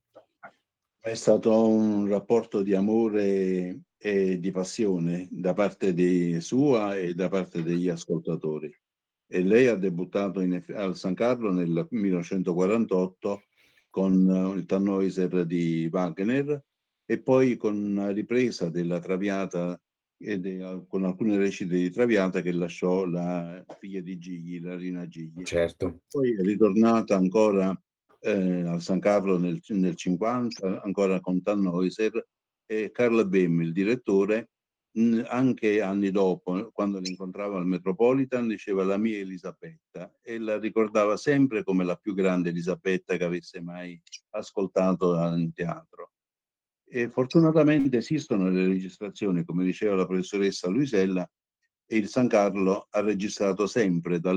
[SPEAKER 5] È stato un rapporto di amore e di passione da parte di sua e da parte degli ascoltatori. E lei ha debuttato in, al San Carlo nel millenovecentoquarantotto con il Tannhäuser di Wagner e poi con una ripresa della Traviata e de, con alcune recite di Traviata che lasciò la figlia di Gigli, la Rina Gigli.
[SPEAKER 3] Certo.
[SPEAKER 5] Poi è ritornata ancora eh, al San Carlo nel, nel cinquanta, ancora con Tannhäuser, e Carl Bem, il direttore, mh, anche anni dopo, quando l'incontrava al Metropolitan, diceva la mia Elisabetta e la ricordava sempre come la più grande Elisabetta che avesse mai ascoltato in teatro. E fortunatamente esistono le registrazioni, come diceva la professoressa Luisella, e il San Carlo ha registrato sempre dal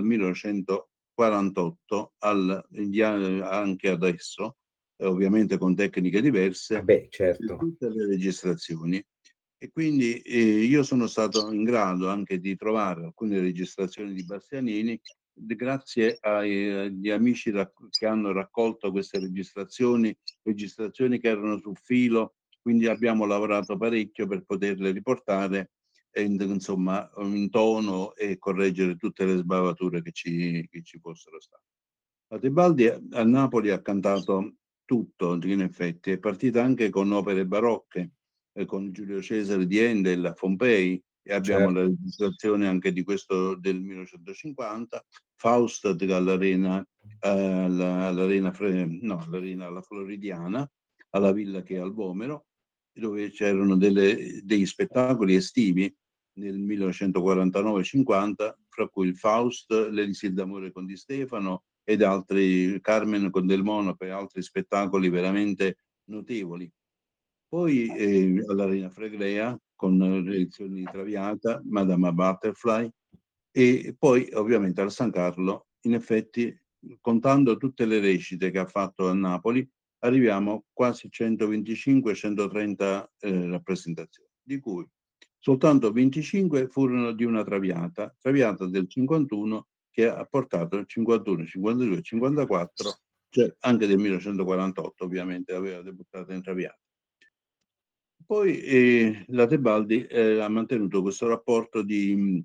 [SPEAKER 5] millenovecentoquarantotto al, anche adesso, ovviamente con tecniche diverse,
[SPEAKER 3] Ah beh, certo.
[SPEAKER 5] tutte le registrazioni. E quindi eh, io sono stato in grado anche di trovare alcune registrazioni di Bastianini grazie ai, agli amici che hanno raccolto queste registrazioni, registrazioni che erano sul filo, quindi abbiamo lavorato parecchio per poterle riportare in, insomma, in tono e correggere tutte le sbavature che ci, che ci fossero state. La Tebaldi a Napoli ha cantato tutto, in effetti, è partita anche con opere barocche, eh, con Giulio Cesare di Handel a Pompei, e abbiamo
[SPEAKER 3] Certo.
[SPEAKER 5] la registrazione anche di questo del millenovecentocinquanta, Faust all'Arena, eh, all'Arena, no, all'Arena alla Floridiana, alla Villa che è al Vomero, dove c'erano delle, degli spettacoli estivi nel millenovecentoquarantanove cinquanta, fra cui il Faust, l'Elisir d'amore con Di Stefano ed altri, Carmen con Del Monaco e altri spettacoli veramente notevoli. Poi eh, all'Arena Fregrea con le lezioni di Traviata, Madama Butterfly, e poi ovviamente al San Carlo, in effetti, contando tutte le recite che ha fatto a Napoli, arriviamo quasi centoventicinque centotrenta eh, rappresentazioni, di cui soltanto venticinque furono di una Traviata, Traviata del cinquantuno, che ha portato il cinquantuno, cinquantadue, cinquantaquattro, cioè anche del millenovecentoquarantotto ovviamente aveva debuttato in Traviata. Poi eh, la Tebaldi eh, ha mantenuto questo rapporto di,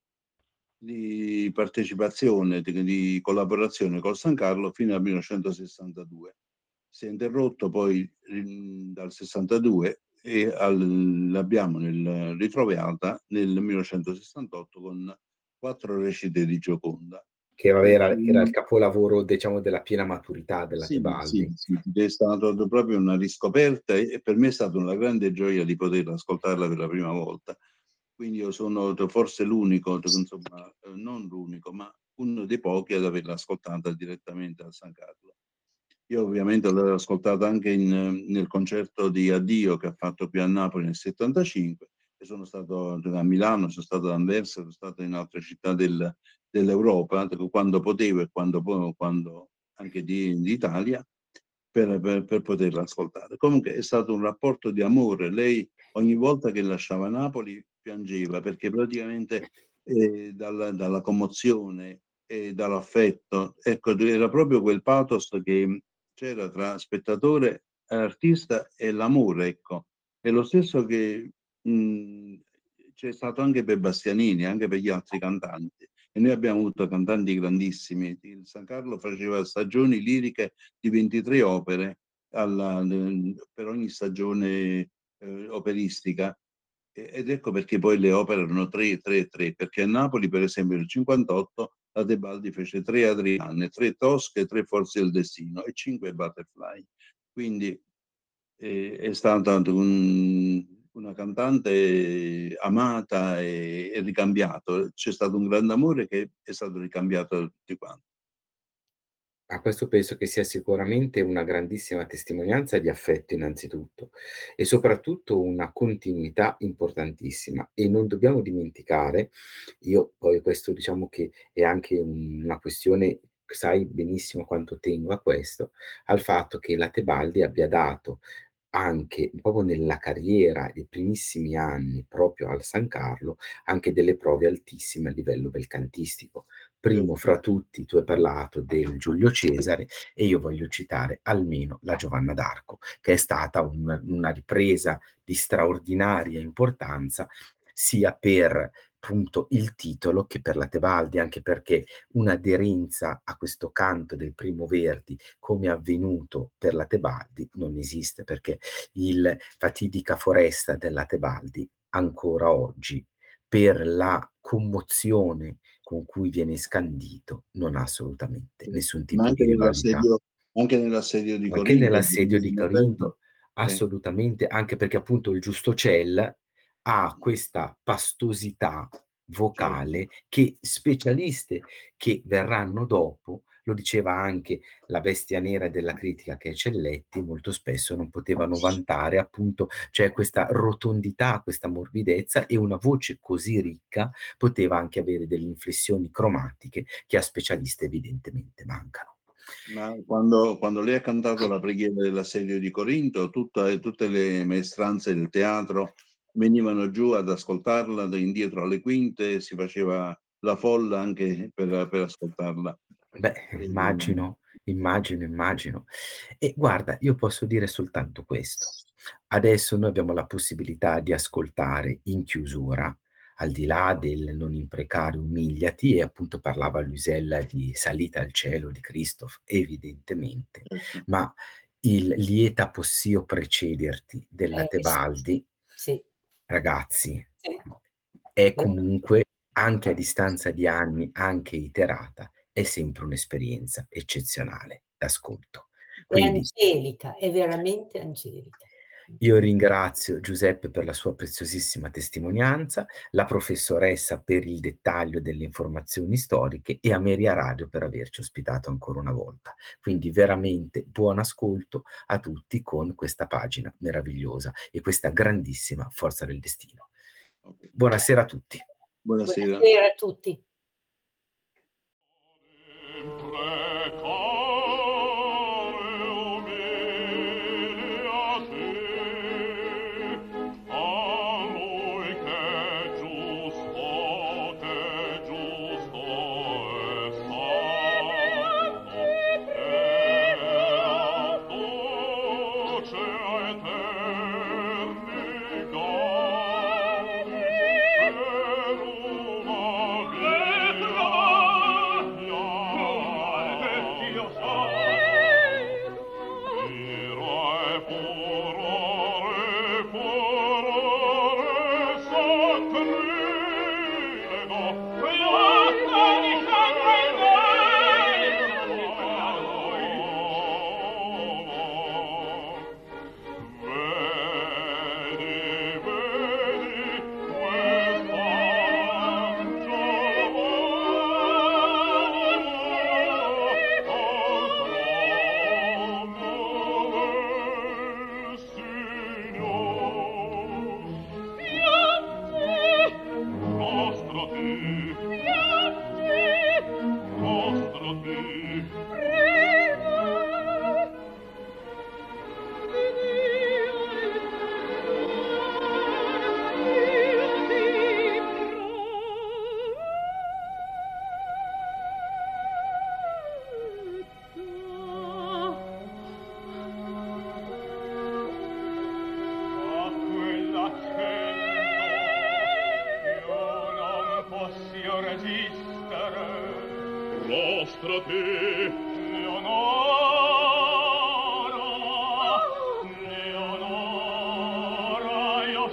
[SPEAKER 5] di partecipazione, di, di collaborazione col San Carlo fino al millenovecentosessantadue. Si è interrotto poi in, dal sessantadue e al, l'abbiamo nel, ritrovata nel millenovecentosessantotto con quattro recite di Gioconda.
[SPEAKER 3] Che era, era il capolavoro, diciamo, della piena maturità della
[SPEAKER 5] Sì,
[SPEAKER 3] Tebaldi.
[SPEAKER 5] sì, sì, è stata proprio una riscoperta e per me è stata una grande gioia di poter ascoltarla per la prima volta. Quindi io sono forse l'unico, insomma, non l'unico, ma uno dei pochi ad averla ascoltata direttamente al San Carlo. Io ovviamente l'ho ascoltata anche in, nel concerto di Addio che ha fatto qui a Napoli nel settantacinque, e sono stato a Milano, sono stato ad Anversa, sono stato in altre città del, dell'Europa, quando potevo e quando, quando anche di, di Italia, per, per, per poterla ascoltare. Comunque è stato un rapporto di amore. Lei ogni volta che lasciava Napoli piangeva, perché praticamente e dalla, dalla commozione e dall'affetto. Ecco, era proprio quel pathos che c'era tra spettatore, artista e l'amore, ecco. È lo stesso che mh, c'è stato anche per Bastianini, anche per gli altri cantanti. E noi abbiamo avuto cantanti grandissimi. Il San Carlo faceva stagioni liriche di ventitré opere alla, per ogni stagione eh, operistica. Ed ecco perché poi le opere erano tre, tre, tre, perché a Napoli, per esempio, nel cinquantotto la Tebaldi fece tre Adriane, tre Tosche, tre Forze del Destino e cinque Butterfly. Quindi eh, è stata un, una cantante amata e, e ricambiato. C'è stato un grande amore che è stato ricambiato da tutti quanti.
[SPEAKER 3] A questo penso che sia sicuramente una grandissima testimonianza di affetto innanzitutto e soprattutto una continuità importantissima e non dobbiamo dimenticare, io poi questo diciamo che è anche una questione, sai benissimo quanto tengo a questo, al fatto che la Tebaldi abbia dato anche proprio nella carriera, nei primissimi anni, proprio al San Carlo, anche delle prove altissime a livello belcantistico. Primo fra tutti, tu hai parlato del Giulio Cesare e io voglio citare almeno la Giovanna d'Arco, che è stata un, una ripresa di straordinaria importanza sia per appunto il titolo che per la Tebaldi, anche perché un'aderenza a questo canto del Primo Verdi come è avvenuto per la Tebaldi non esiste, perché il fatidica foresta della Tebaldi ancora oggi per la commozione con cui viene scandito non ha assolutamente nessun
[SPEAKER 5] Ma
[SPEAKER 3] tipo di
[SPEAKER 5] anche
[SPEAKER 3] rivalità.
[SPEAKER 5] nell'assedio, anche nell'assedio di
[SPEAKER 3] Anche
[SPEAKER 5] Corinto.
[SPEAKER 3] nell'assedio di Corinto,
[SPEAKER 5] Sì.
[SPEAKER 3] assolutamente, anche perché appunto il Giusto Ciel ha questa pastosità vocale che specialiste che verranno dopo, lo diceva anche la bestia nera della critica che è Celletti, molto spesso non potevano vantare appunto, cioè questa rotondità, questa morbidezza e una voce così ricca poteva anche avere delle inflessioni cromatiche che a specialiste evidentemente mancano.
[SPEAKER 5] Ma quando, quando lei ha cantato la preghiera dell'assedio di Corinto, tutta, tutte le maestranze del teatro venivano giù ad ascoltarla da indietro alle quinte, si faceva la folla anche per, per ascoltarla.
[SPEAKER 3] Beh, immagino, immagino, immagino. E guarda, io posso dire soltanto questo. Adesso noi abbiamo la possibilità di ascoltare in chiusura, al di là del non imprecare, umiliati, e appunto parlava Luisella di Salita al cielo di Christoph, evidentemente, ma il Lieta possio precederti della
[SPEAKER 4] Eh, sì.
[SPEAKER 3] Tebaldi,
[SPEAKER 4] Sì.
[SPEAKER 3] ragazzi,
[SPEAKER 4] Sì.
[SPEAKER 3] è comunque, anche a distanza di anni, anche iterata, è sempre un'esperienza eccezionale d'ascolto.
[SPEAKER 4] È
[SPEAKER 3] Quindi
[SPEAKER 4] angelica, è veramente angelica.
[SPEAKER 3] io ringrazio Giuseppe per la sua preziosissima testimonianza, la professoressa per il dettaglio delle informazioni storiche e Ameria Radio per averci ospitato ancora una volta. Quindi veramente buon ascolto a tutti con questa pagina meravigliosa e questa grandissima forza del destino. Buonasera a tutti.
[SPEAKER 5] Buonasera.
[SPEAKER 4] Buonasera a tutti.
[SPEAKER 1] resistere. Prostrate, Leonora, Leonora, io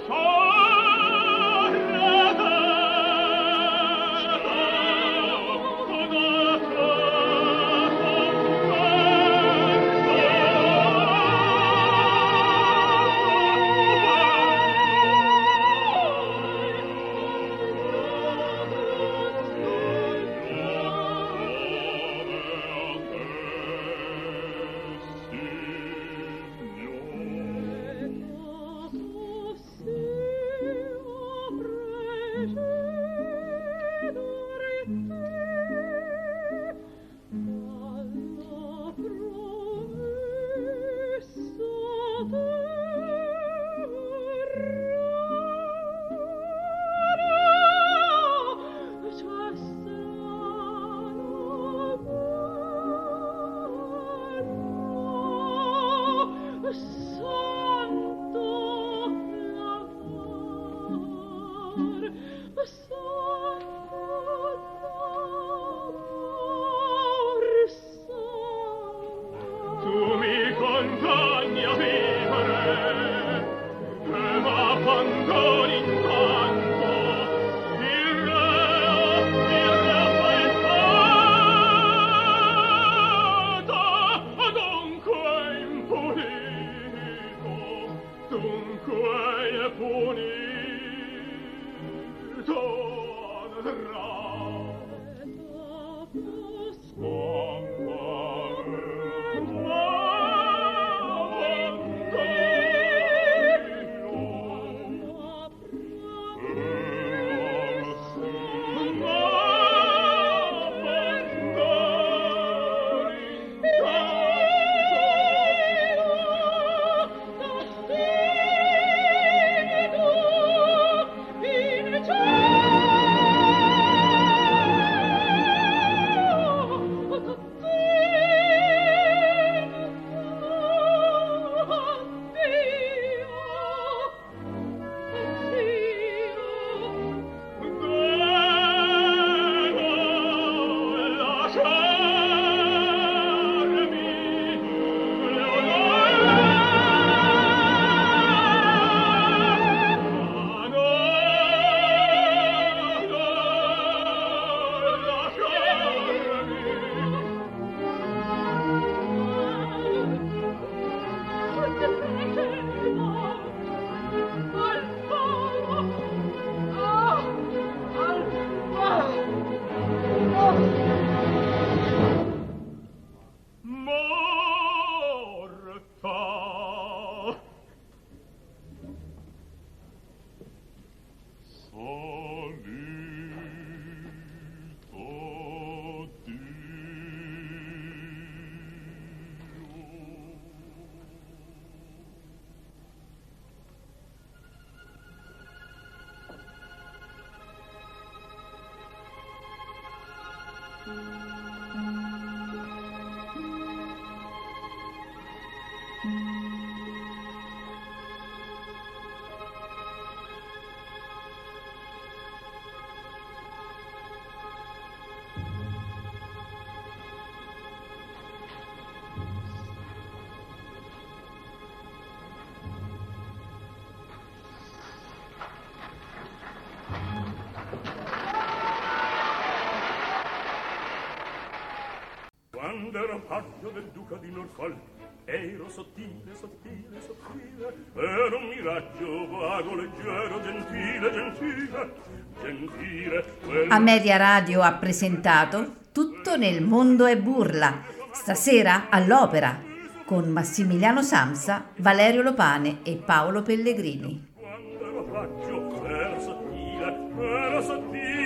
[SPEAKER 8] Quando ero paggio del duca di Norfolk, ero sottile, sottile, sottile, ero un miraggio vago, leggero, gentile, gentile, gentile. Quello...
[SPEAKER 2] Ameria Radio ha presentato Tutto nel mondo è burla, stasera all'Opera, con Massimiliano Samsa, Valerio Lopane e Paolo Pellegrini.
[SPEAKER 8] Quando ero paggio, ero sottile, ero sottile.